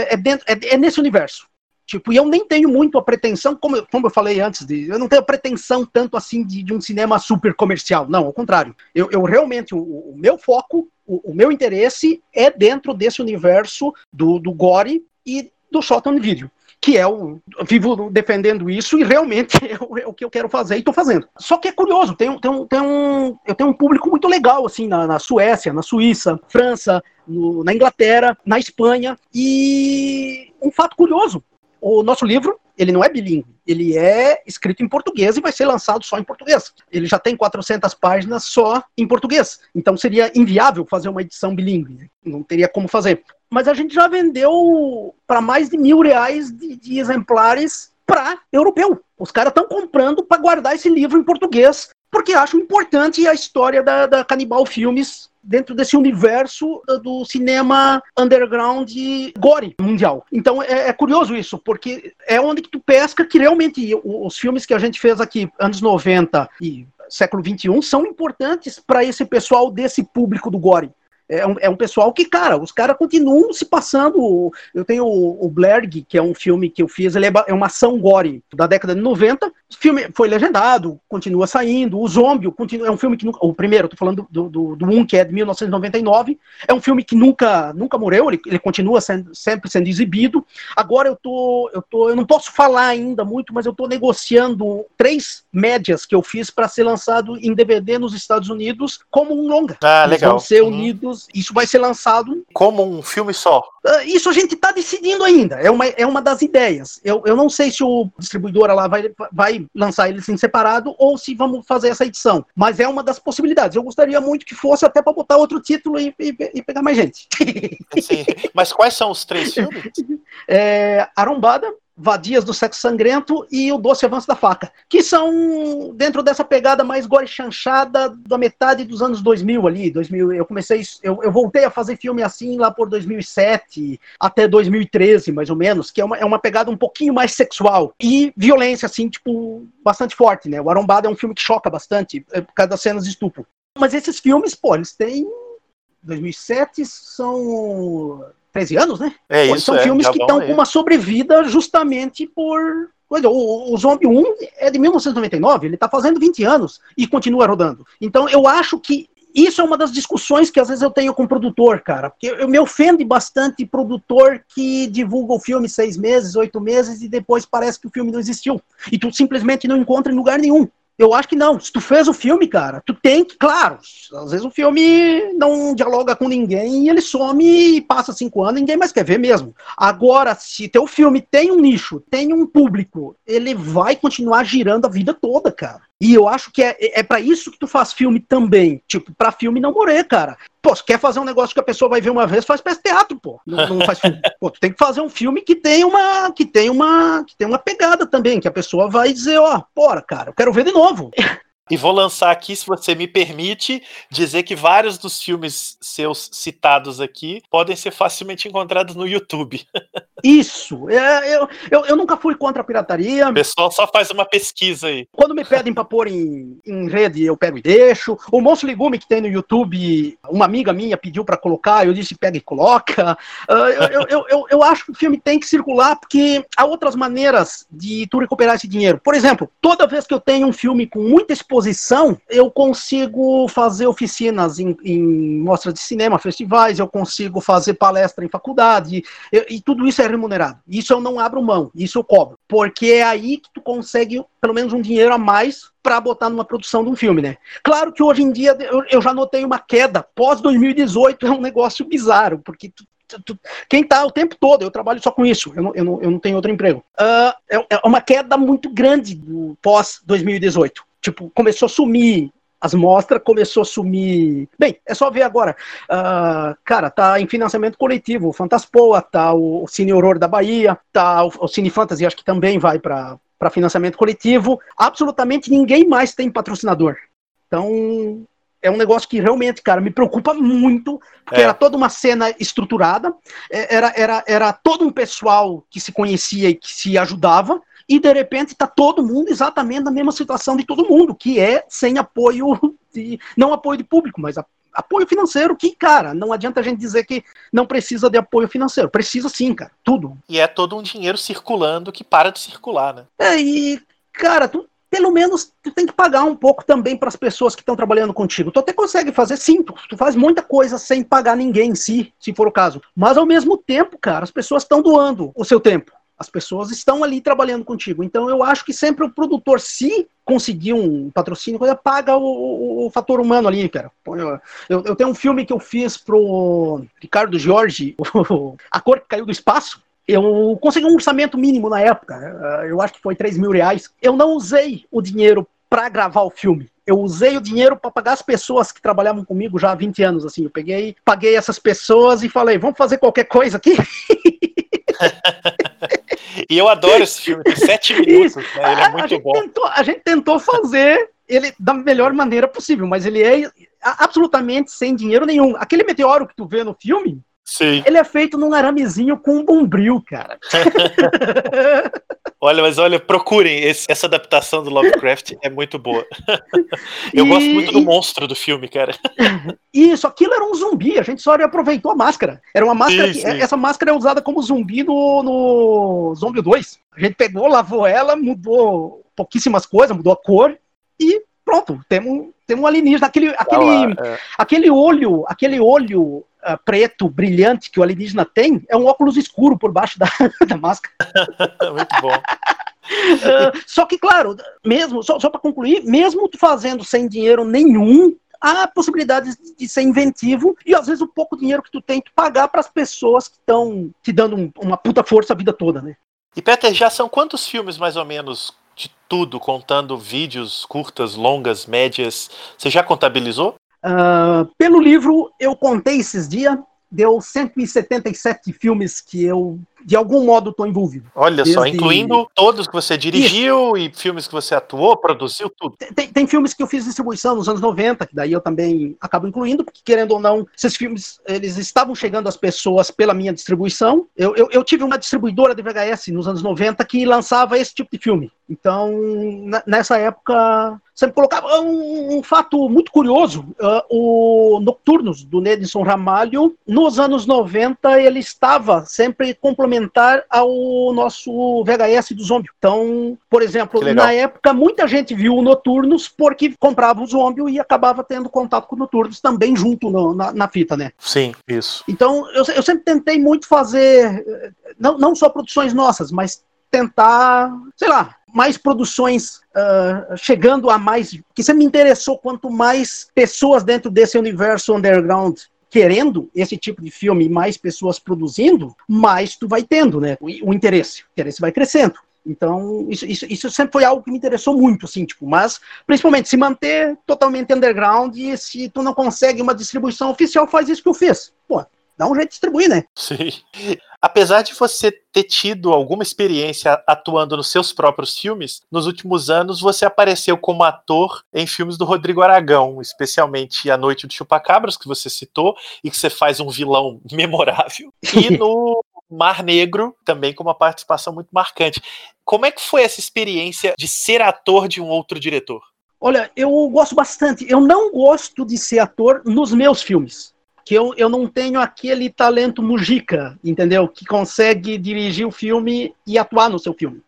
Speaker 2: É nesse universo. Tipo, e eu nem tenho muito a pretensão, como eu falei antes, eu não tenho a pretensão tanto assim de um cinema super comercial. Não, ao contrário. Eu realmente, o meu foco, o meu interesse é dentro desse universo do gore e do shot on video. Que eu vivo defendendo isso e realmente é o que eu quero fazer e estou fazendo. Só que é curioso, eu tenho um público muito legal assim na Suécia, na Suíça, França, na Inglaterra, na Espanha. E um fato curioso, o nosso livro, ele não é bilíngue, ele é escrito em português e vai ser lançado só em português. Ele já tem 400 páginas só em português, então seria inviável fazer uma edição bilíngue, não teria como fazer. Mas a gente já vendeu para mais de R$1.000 de exemplares para europeu. Os caras estão comprando para guardar esse livro em português, porque acham importante a história da Canibal Filmes dentro desse universo do cinema underground gore mundial. Então é curioso isso, porque é onde que tu pesca que realmente os filmes que a gente fez aqui, anos 90 e século XXI, são importantes para esse pessoal desse público do gore. É um pessoal que, cara, os caras continuam se passando. Eu tenho o Blerg, que é um filme que eu fiz, ele é uma ação gore da década de 90. O filme foi legendado, continua saindo. O Zombie é um filme que nunca... O primeiro, eu tô falando do um, que é de 1999. É um filme que nunca morreu, ele continua sempre sendo exibido. Agora eu não posso falar ainda muito, mas eu tô negociando 3 médias que eu fiz para ser lançado em DVD nos Estados Unidos como um longa.
Speaker 1: Legal.
Speaker 2: Eles vão ser unidos. Isso vai ser lançado
Speaker 1: como um filme só.
Speaker 2: Isso a gente está decidindo ainda. É uma das ideias. Eu não sei se o distribuidora lá vai lançar eles em separado ou se vamos fazer essa edição. Mas é uma das possibilidades. Eu gostaria muito que fosse até para botar outro título e pegar mais gente.
Speaker 1: Sim. Mas quais são os 3 filmes?
Speaker 2: Arombada, Vadias do Sexo Sangrento e O Doce Avanço da Faca, que são dentro dessa pegada mais gore chanchada da metade dos anos 2000 ali. Eu voltei a fazer filme assim lá por 2007 até 2013, mais ou menos, que é uma pegada um pouquinho mais sexual e violência, assim, tipo, bastante forte, né? O Arombada é um filme que choca bastante por causa das cenas de estupro. Mas esses filmes, pô, eles têm 2007, são 13 anos, né? Pô,
Speaker 1: Isso,
Speaker 2: são filmes que estão
Speaker 1: aí
Speaker 2: com uma sobrevida justamente por... O Zombie 1 é de 1999, ele tá fazendo 20 anos e continua rodando. Então eu acho que isso é uma das discussões que às vezes eu tenho com o produtor, cara. Porque eu me ofende bastante produtor que divulga o filme 6 meses, 8 meses e depois parece que o filme não existiu. E tu simplesmente não encontra em lugar nenhum. Eu acho que não. Se tu fez o filme, cara, tu tem que, claro, às vezes o filme não dialoga com ninguém e ele some e passa 5 anos e ninguém mais quer ver mesmo. Agora, se teu filme tem um nicho, tem um público, ele vai continuar girando a vida toda, cara. E eu acho que é pra isso que tu faz filme também. Tipo, pra filme não morrer, cara. Pô, se quer fazer um negócio que a pessoa vai ver uma vez, faz peça de teatro, pô. Não faz filme. Pô, tu tem que fazer um filme que tem uma pegada também, que a pessoa vai dizer, ó, porra, cara, eu quero ver de novo.
Speaker 1: E vou lançar aqui, se você me permite, dizer que vários dos filmes seus citados aqui podem ser facilmente encontrados no YouTube.
Speaker 2: Isso. Eu nunca fui contra a pirataria.
Speaker 1: O pessoal só faz uma pesquisa aí.
Speaker 2: Quando me pedem pra pôr em rede, eu pego e deixo. O Monstro Legume que tem no YouTube, uma amiga minha pediu pra colocar, eu disse pega e coloca. Eu acho que o filme tem que circular, porque há outras maneiras de tu recuperar esse dinheiro. Por exemplo, toda vez que eu tenho um filme com muita exposição, eu consigo fazer oficinas em mostras de cinema, festivais, eu consigo fazer palestra em faculdade, e tudo isso é remunerado. Isso eu não abro mão, isso eu cobro. Porque é aí que tu consegue pelo menos um dinheiro a mais para botar numa produção de um filme, né? Claro que hoje em dia eu já notei uma queda. Pós 2018 é um negócio bizarro, porque quem tá o tempo todo, eu trabalho só com isso, eu não tenho outro emprego. É uma queda muito grande do pós 2018. Tipo, começou a sumir as mostras, começou a sumir. Bem, é só ver agora. Cara, tá em financiamento coletivo. O Fantaspoa, tá o Cine Horror da Bahia, tá o Cine Fantasy, acho que também vai para financiamento coletivo. Absolutamente ninguém mais tem patrocinador. Então, é um negócio que realmente, cara, me preocupa muito, porque era toda uma cena estruturada, era todo um pessoal que se conhecia e que se ajudava, e de repente está todo mundo exatamente na mesma situação de todo mundo, que é sem apoio, não apoio de público, mas apoio financeiro, que, cara, não adianta a gente dizer que não precisa de apoio financeiro, precisa sim, cara, tudo.
Speaker 1: E é todo um dinheiro circulando que para de circular, né?
Speaker 2: E, cara, pelo menos tu tem que pagar um pouco também para as pessoas que estão trabalhando contigo. Tu até consegue fazer, sim, tu faz muita coisa sem pagar ninguém em si, se for o caso. Mas ao mesmo tempo, cara, as pessoas estão doando o seu tempo. As pessoas estão ali trabalhando contigo. Então eu acho que sempre o produtor, se conseguir um patrocínio, paga o fator humano ali, cara. Eu tenho um filme que eu fiz pro Ricardo Jorge, A Cor que Caiu do Espaço. Eu consegui um orçamento mínimo na época, eu acho que foi R$3.000. Eu não usei o dinheiro para gravar o filme. Eu usei o dinheiro para pagar as pessoas que trabalhavam comigo já há 20 anos. Assim. Eu paguei essas pessoas e falei, vamos fazer qualquer coisa aqui?
Speaker 1: E eu adoro esse filme, tem 7 minutos, né? Ele é muito bom.
Speaker 2: A gente tentou fazer ele da melhor maneira possível, mas ele é absolutamente sem dinheiro nenhum. Aquele meteoro que tu vê no filme,
Speaker 1: sim,
Speaker 2: ele é feito num aramezinho com um bombril, cara.
Speaker 1: Olha, procurem, essa adaptação do Lovecraft é muito boa. Eu gosto muito do monstro do filme, cara.
Speaker 2: Isso, aquilo era um zumbi, a gente só reaproveitou a máscara. Era uma máscara
Speaker 1: sim.
Speaker 2: Essa máscara é usada como zumbi no Zombie 2. A gente pegou, lavou ela, mudou pouquíssimas coisas, mudou a cor e pronto, temos um alienígena. Aquele olho preto, brilhante que o alienígena tem, é um óculos escuro por baixo da máscara.
Speaker 1: Muito bom.
Speaker 2: Só que, claro, mesmo, só para concluir, mesmo tu fazendo sem dinheiro nenhum, há possibilidades de ser inventivo e às vezes o pouco dinheiro que tu tem, tu pagar para as pessoas que estão te dando uma puta força a vida toda, né?
Speaker 1: E Peter, já são quantos filmes mais ou menos de tudo, contando vídeos, curtas, longas, médias? Você já contabilizou?
Speaker 2: Pelo livro, eu contei esses dias, deu 177 filmes que eu de algum modo estou envolvido.
Speaker 1: Olha só, incluindo todos que você dirigiu e filmes que você atuou, produziu, tudo.
Speaker 2: Tem filmes que eu fiz distribuição nos anos 90, que daí eu também acabo incluindo, porque querendo ou não, esses filmes, eles estavam chegando às pessoas pela minha distribuição. Eu tive uma distribuidora de VHS nos anos 90 que lançava esse tipo de filme. Então, nessa época, sempre colocava um fato muito curioso. O Nocturnos, do Nedson Ramalho, nos anos 90, ele estava sempre complementar ao nosso VHS do Zombie. Então, por exemplo, na época, muita gente viu o Noturnos porque comprava o Zombie e acabava tendo contato com o Noturnos também junto na fita, né?
Speaker 1: Sim, isso.
Speaker 2: Então, eu sempre tentei muito fazer, não só produções nossas, mas tentar, sei lá, mais produções chegando a mais, que sempre me interessou, quanto mais pessoas dentro desse universo underground querendo esse tipo de filme e mais pessoas produzindo, mais tu vai tendo, né? O interesse vai crescendo. Então, isso sempre foi algo que me interessou muito, assim, tipo, mas principalmente se manter totalmente underground, e se tu não consegue uma distribuição oficial, faz isso que eu fiz. Pô, dá um jeito de distribuir, né?
Speaker 1: Sim. Apesar de você ter tido alguma experiência atuando nos seus próprios filmes, nos últimos anos você apareceu como ator em filmes do Rodrigo Aragão, especialmente A Noite do Chupacabras, que você citou, e que você faz um vilão memorável, e no Mar Negro, também com uma participação muito marcante. Como é que foi essa experiência de ser ator de um outro diretor?
Speaker 2: Olha, eu gosto bastante. Eu não gosto de ser ator nos meus filmes. Que eu não tenho aquele talento Mujica, entendeu? Que consegue dirigir o filme e atuar no seu filme.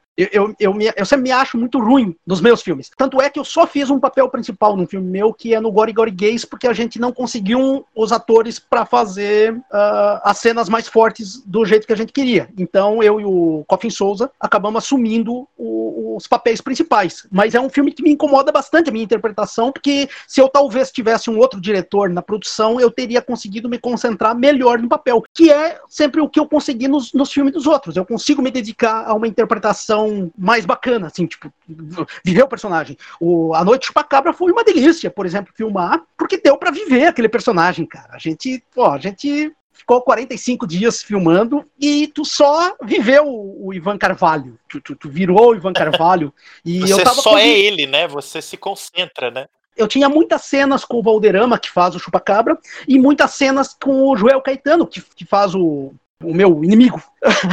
Speaker 2: Eu sempre me acho muito ruim nos meus filmes. Tanto é que eu só fiz um papel principal num filme meu, que é no Gori Gori Gays, porque a gente não conseguiu os atores para fazer as cenas mais fortes do jeito que a gente queria. Então eu e o Coffin Souza acabamos assumindo os papéis principais. Mas é um filme que me incomoda bastante a minha interpretação, porque se eu talvez tivesse um outro diretor na produção, eu teria conseguido me concentrar melhor no papel, que é sempre o que eu consegui nos filmes dos outros. Eu consigo me dedicar a uma interpretação mais bacana, assim, tipo, viver o personagem. A Noite Chupacabra foi uma delícia, por exemplo, filmar, porque deu pra viver aquele personagem, cara. A gente ficou 45 dias filmando e tu só viveu o Ivan Carvalho. Tu virou o Ivan Carvalho. E
Speaker 1: você só é ele, né? Você se concentra, né?
Speaker 2: Eu tinha muitas cenas com o Valderrama, que faz o Chupacabra, e muitas cenas com o Joel Caetano, que faz o meu inimigo.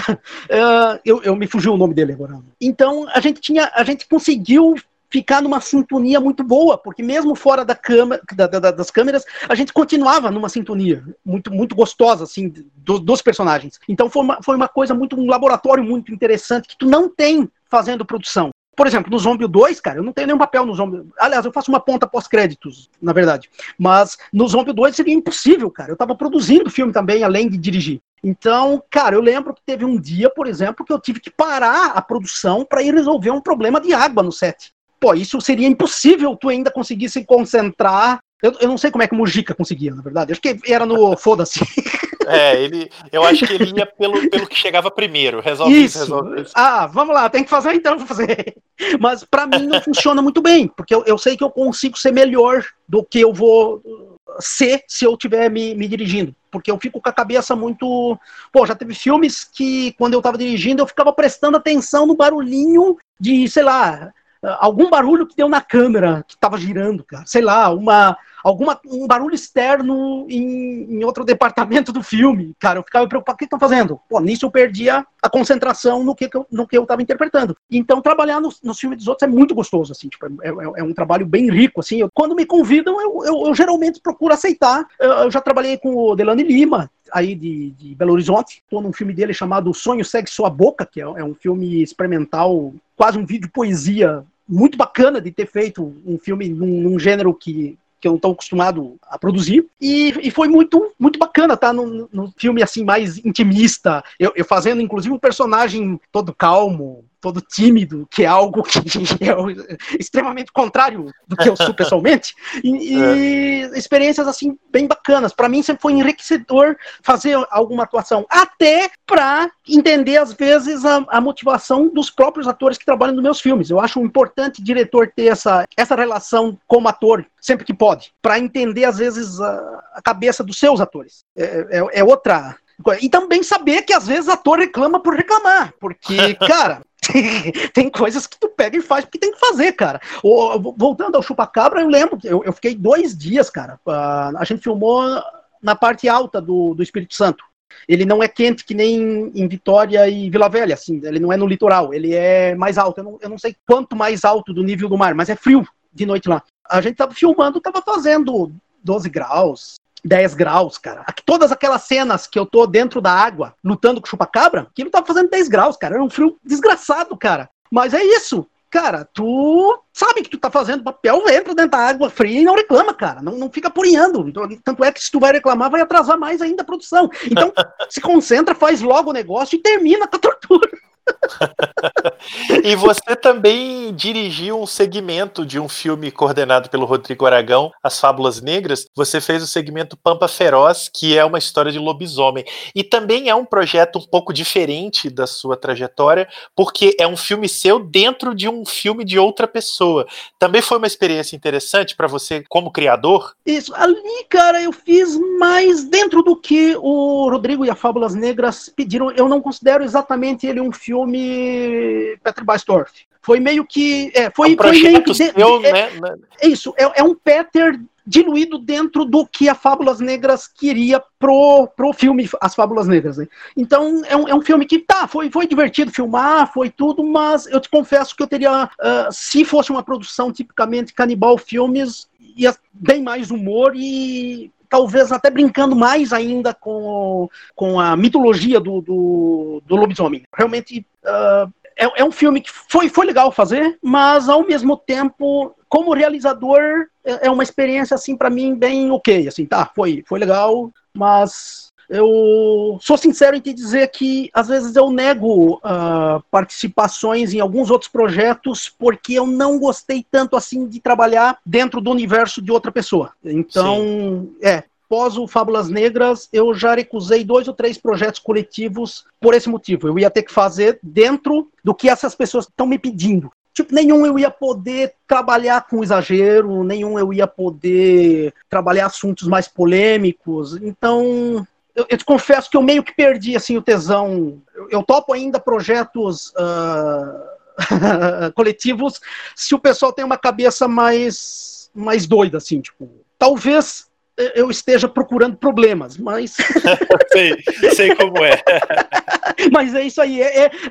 Speaker 2: Eu me fugiu o nome dele agora. Então, a gente conseguiu ficar numa sintonia muito boa, porque mesmo fora das câmeras, a gente continuava numa sintonia muito, muito gostosa, assim, dos personagens. Então foi uma coisa um laboratório muito interessante, que tu não tem fazendo produção. Por exemplo, no Zombie 2, cara, eu não tenho nenhum papel no Zombie. Aliás, eu faço uma ponta pós-créditos, na verdade. Mas no Zombie 2 seria impossível, cara. Eu tava produzindo o filme também, além de dirigir. Então, cara, eu lembro que teve um dia, por exemplo, que eu tive que parar a produção para ir resolver um problema de água no set. Pô, isso seria impossível tu ainda conseguir se concentrar. Eu não sei como é que o Mujica conseguia, na verdade. Acho que era no foda-se.
Speaker 1: Eu acho que ele ia pelo que chegava primeiro. Resolve isso.
Speaker 2: Vamos lá, tem que fazer então, vou fazer. Mas pra mim não funciona muito bem, porque eu sei que eu consigo ser melhor do que eu vou ser se eu estiver me dirigindo. Porque eu fico com a cabeça muito... Pô, já teve filmes que, quando eu tava dirigindo, eu ficava prestando atenção no barulhinho de, sei lá, algum barulho que deu na câmera que tava girando, cara. Sei lá, um barulho externo em outro departamento do filme. Cara, eu ficava preocupado, o que estão fazendo? Pô, nisso eu perdia a concentração no que eu tava interpretando. Então, trabalhar nos filmes dos outros é muito gostoso, assim, tipo, é um trabalho bem rico, assim. Quando me convidam, eu geralmente procuro aceitar. Eu já trabalhei com o Delane Lima, aí de Belo Horizonte. Estou num filme dele chamado O Sonho Segue Sua Boca, que é um filme experimental, quase um vídeo poesia, muito bacana de ter feito um filme num gênero que eu não estou acostumado a produzir, e foi muito, muito bacana, tá? Num filme assim mais intimista, eu fazendo inclusive um personagem todo calmo, todo tímido, que é algo que é extremamente contrário do que eu sou pessoalmente, e experiências assim bem bacanas. Para mim sempre foi enriquecedor fazer alguma atuação, até para entender às vezes a motivação dos próprios atores que trabalham nos meus filmes. Eu acho importante o diretor ter essa relação como ator, sempre que pode, para entender às vezes a cabeça dos seus atores. É outra E também saber que às vezes ator reclama por reclamar, porque, cara, tem coisas que tu pega e faz porque tem que fazer, cara. Voltando ao Chupacabra, eu lembro que eu fiquei 2 dias, cara. A gente filmou na parte alta do Espírito Santo. Ele não é quente que nem em Vitória e Vila Velha, assim, ele não é no litoral, ele é mais alto. Eu não sei quanto mais alto do nível do mar, mas é frio de noite lá. A gente tava filmando, tava fazendo 12 graus, 10 graus, cara. Todas aquelas cenas que eu tô dentro da água, lutando com o Chupacabra, aquilo tava fazendo 10 graus, cara. Era um frio desgraçado, cara. Mas é isso. Cara, tu sabe que tu tá fazendo papel, entra dentro da água fria e não reclama, cara. Não fica apurando. Tanto é que se tu vai reclamar, vai atrasar mais ainda a produção. Então, se concentra, faz logo o negócio e termina com a tortura.
Speaker 1: E você também dirigiu um segmento de um filme coordenado pelo Rodrigo Aragão, As Fábulas Negras. Você fez o segmento Pampa Feroz, que é uma história de lobisomem. E também é um projeto um pouco diferente da sua trajetória, porque é um filme seu dentro de um filme de outra pessoa. Também foi uma experiência interessante para você como criador?
Speaker 2: Isso, ali, cara, eu fiz mais dentro do que o Rodrigo e as Fábulas Negras pediram. Eu não considero exatamente ele um filme Peter Baestorff. Foi meio que... foi meio que...
Speaker 1: Seu, né?
Speaker 2: É isso, é um Peter diluído dentro do que a Fábulas Negras queria pro filme As Fábulas Negras, né? Então, é um filme que, foi divertido filmar, foi tudo, mas eu te confesso que eu teria, se fosse uma produção tipicamente Canibal Filmes, ia bem mais humor e talvez até brincando mais ainda com a mitologia do lobisomem. Realmente, é um filme que foi legal fazer, mas ao mesmo tempo, como realizador, é uma experiência, assim, para mim, bem ok, assim, foi legal, mas eu sou sincero em te dizer que, às vezes, eu nego participações em alguns outros projetos porque eu não gostei tanto, assim, de trabalhar dentro do universo de outra pessoa. Então, pós o Fábulas Negras, eu já recusei 2 ou 3 projetos coletivos por esse motivo. Eu ia ter que fazer dentro do que essas pessoas estão me pedindo. Tipo, nenhum eu ia poder trabalhar com exagero, nenhum eu ia poder trabalhar assuntos mais polêmicos. Então, eu te confesso que eu meio que perdi, assim, o tesão. Eu topo ainda projetos coletivos se o pessoal tem uma cabeça mais doida, assim, tipo, talvez eu esteja procurando problemas, mas...
Speaker 1: sei como é.
Speaker 2: Mas é isso aí,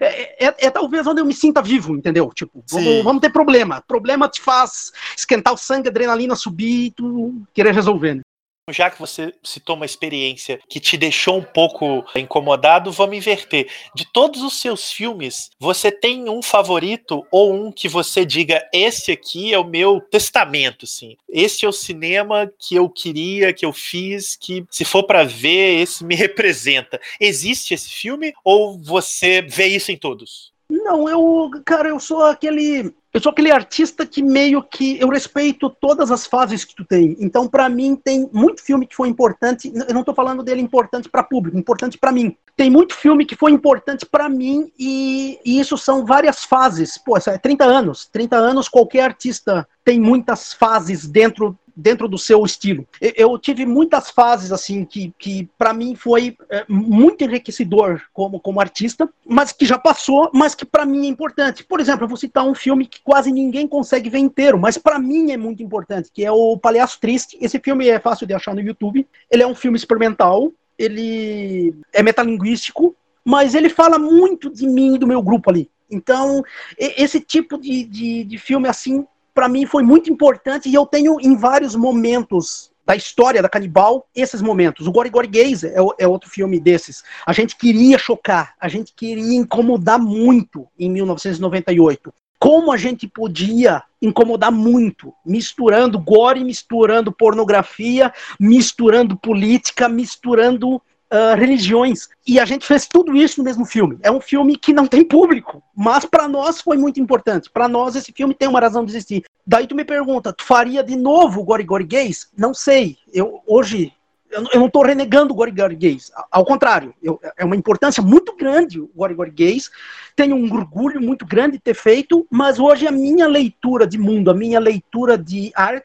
Speaker 2: talvez onde eu me sinta vivo, entendeu? Tipo, vamos ter problema. Problema te faz esquentar o sangue, a adrenalina subir e tu querer resolver, né?
Speaker 1: Já que você citou uma experiência que te deixou um pouco incomodado, vamos inverter. De todos os seus filmes, você tem um favorito ou um que você diga, esse aqui é o meu testamento, assim. Esse é o cinema que eu queria, que eu fiz, que se for pra ver, esse me representa. Existe esse filme ou você vê isso em todos?
Speaker 2: Não, eu sou aquele artista que meio que eu respeito todas as fases que tu tem. Então, pra mim, tem muito filme que foi importante. Eu não tô falando dele importante pra público, importante pra mim. Tem muito filme que foi importante pra mim e isso são várias fases. Pô, isso é 30 anos. 30 anos, qualquer artista tem muitas fases dentro do seu estilo. Eu tive muitas fases, assim, que para mim foi muito enriquecedor como artista, mas que já passou, mas que para mim é importante. Por exemplo, eu vou citar um filme que quase ninguém consegue ver inteiro, mas para mim é muito importante, que é o Palhaço Triste. Esse filme é fácil de achar no YouTube. Ele é um filme experimental, ele é metalinguístico, mas ele fala muito de mim e do meu grupo ali. Então, esse tipo de filme, assim, para mim foi muito importante e eu tenho em vários momentos da história da Canibal esses momentos. O Gory Gory Gays é outro filme desses. A gente queria chocar, a gente queria incomodar muito em 1998. Como a gente podia incomodar muito, misturando gore, misturando pornografia, misturando política, misturando religiões. E a gente fez tudo isso no mesmo filme. É um filme que não tem público, mas para nós foi muito importante. Para nós esse filme tem uma razão de existir. Daí tu me pergunta, tu faria de novo o Gory Gory Gays? Não sei. Hoje eu não estou renegando o Gory Gory Gays. Ao contrário, é uma importância muito grande o Gory Gory Gays. Tenho um orgulho muito grande de ter feito, mas hoje a minha leitura de mundo, a minha leitura de arte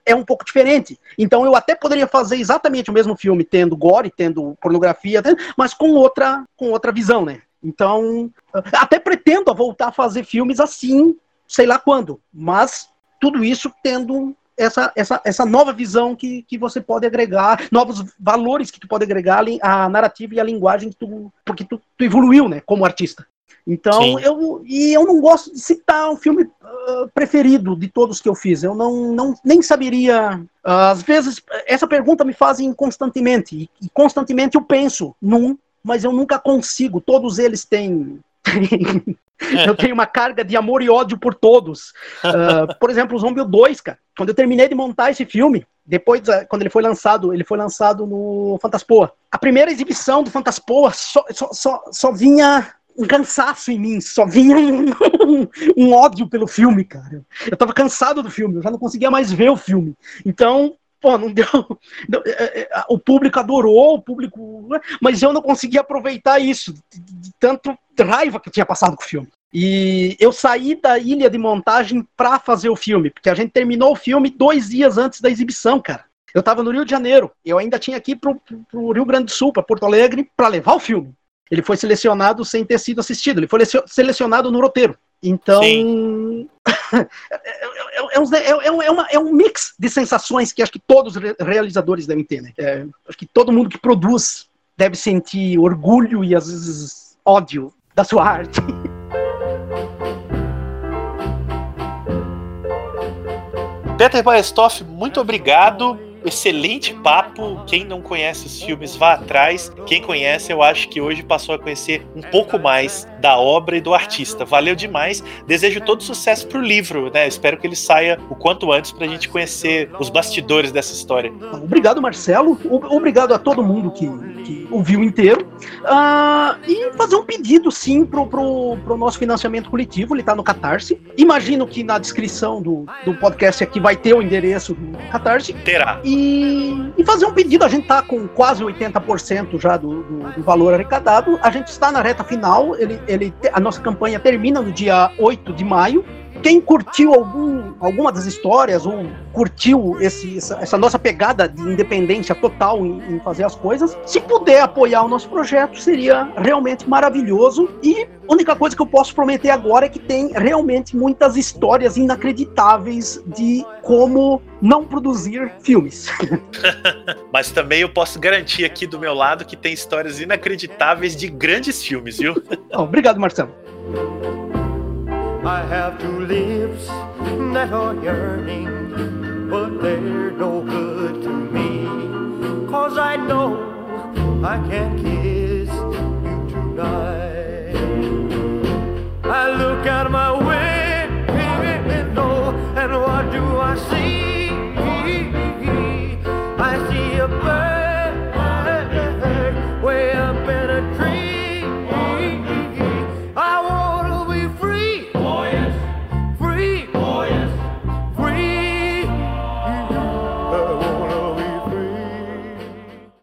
Speaker 2: é um pouco diferente. Então eu até poderia fazer exatamente o mesmo filme, tendo gore, tendo pornografia, mas com outra visão, né? Então, até pretendo voltar a fazer filmes assim, sei lá quando, mas tudo isso tendo essa nova visão que você pode agregar, novos valores que tu pode agregar à narrativa e à linguagem, porque tu evoluiu, né, como artista. Então, eu não gosto de citar um filme preferido de todos que eu fiz. Eu nem saberia. Às vezes, essa pergunta me fazem constantemente. E constantemente eu penso num, mas eu nunca consigo. Todos eles têm. Eu tenho uma carga de amor e ódio por todos. Por exemplo, o Zombie 2, cara. Quando eu terminei de montar esse filme, depois, quando ele foi lançado no Fantaspoa. A primeira exibição do Fantaspoa só vinha um cansaço em mim, só vinha um ódio pelo filme, cara. Eu tava cansado do filme, eu já não conseguia mais ver o filme. Então, pô, não deu. O público adorou, mas eu não conseguia aproveitar isso, de tanto raiva que eu tinha passado com o filme. E eu saí da ilha de montagem pra fazer o filme, porque a gente terminou o filme 2 dias antes da exibição, cara. Eu tava no Rio de Janeiro, eu ainda tinha que ir pro Rio Grande do Sul, pra Porto Alegre, pra levar o filme. Ele foi selecionado sem ter sido assistido. Ele foi selecionado no roteiro. Então, é um mix de sensações que acho que todos os realizadores devem ter, né? Acho que todo mundo que produz deve sentir orgulho e, às vezes, ódio da sua arte.
Speaker 1: Peter Baestoff, muito obrigado. Excelente papo. Quem não conhece os filmes, vá atrás. Quem conhece, eu acho que hoje passou a conhecer um pouco mais da obra e do artista. Valeu demais. Desejo todo sucesso pro livro, né? Espero que ele saia o quanto antes pra gente conhecer os bastidores dessa história.
Speaker 2: Obrigado, Marcelo. Obrigado a todo mundo que ouviu inteiro. E fazer um pedido, sim, pro nosso financiamento coletivo. Ele tá no Catarse. Imagino que na descrição do podcast aqui vai ter o endereço do Catarse.
Speaker 1: Terá.
Speaker 2: E fazer um pedido, a gente tá com quase 80% já do valor arrecadado, a gente está na reta final, a nossa campanha termina no dia 8 de maio. Quem curtiu alguma das histórias ou curtiu essa nossa pegada de independência total em fazer as coisas, se puder apoiar o nosso projeto, seria realmente maravilhoso. E a única coisa que eu posso prometer agora é que tem realmente muitas histórias inacreditáveis de como não produzir filmes.
Speaker 1: Mas também eu posso garantir aqui do meu lado que tem histórias inacreditáveis de grandes filmes, viu?
Speaker 2: Obrigado, Marcelo.
Speaker 3: I have two lips that are yearning, but they're no good to me, 'cause I know I can't kiss you tonight. I look out my window and what do I see? I see a bird way up in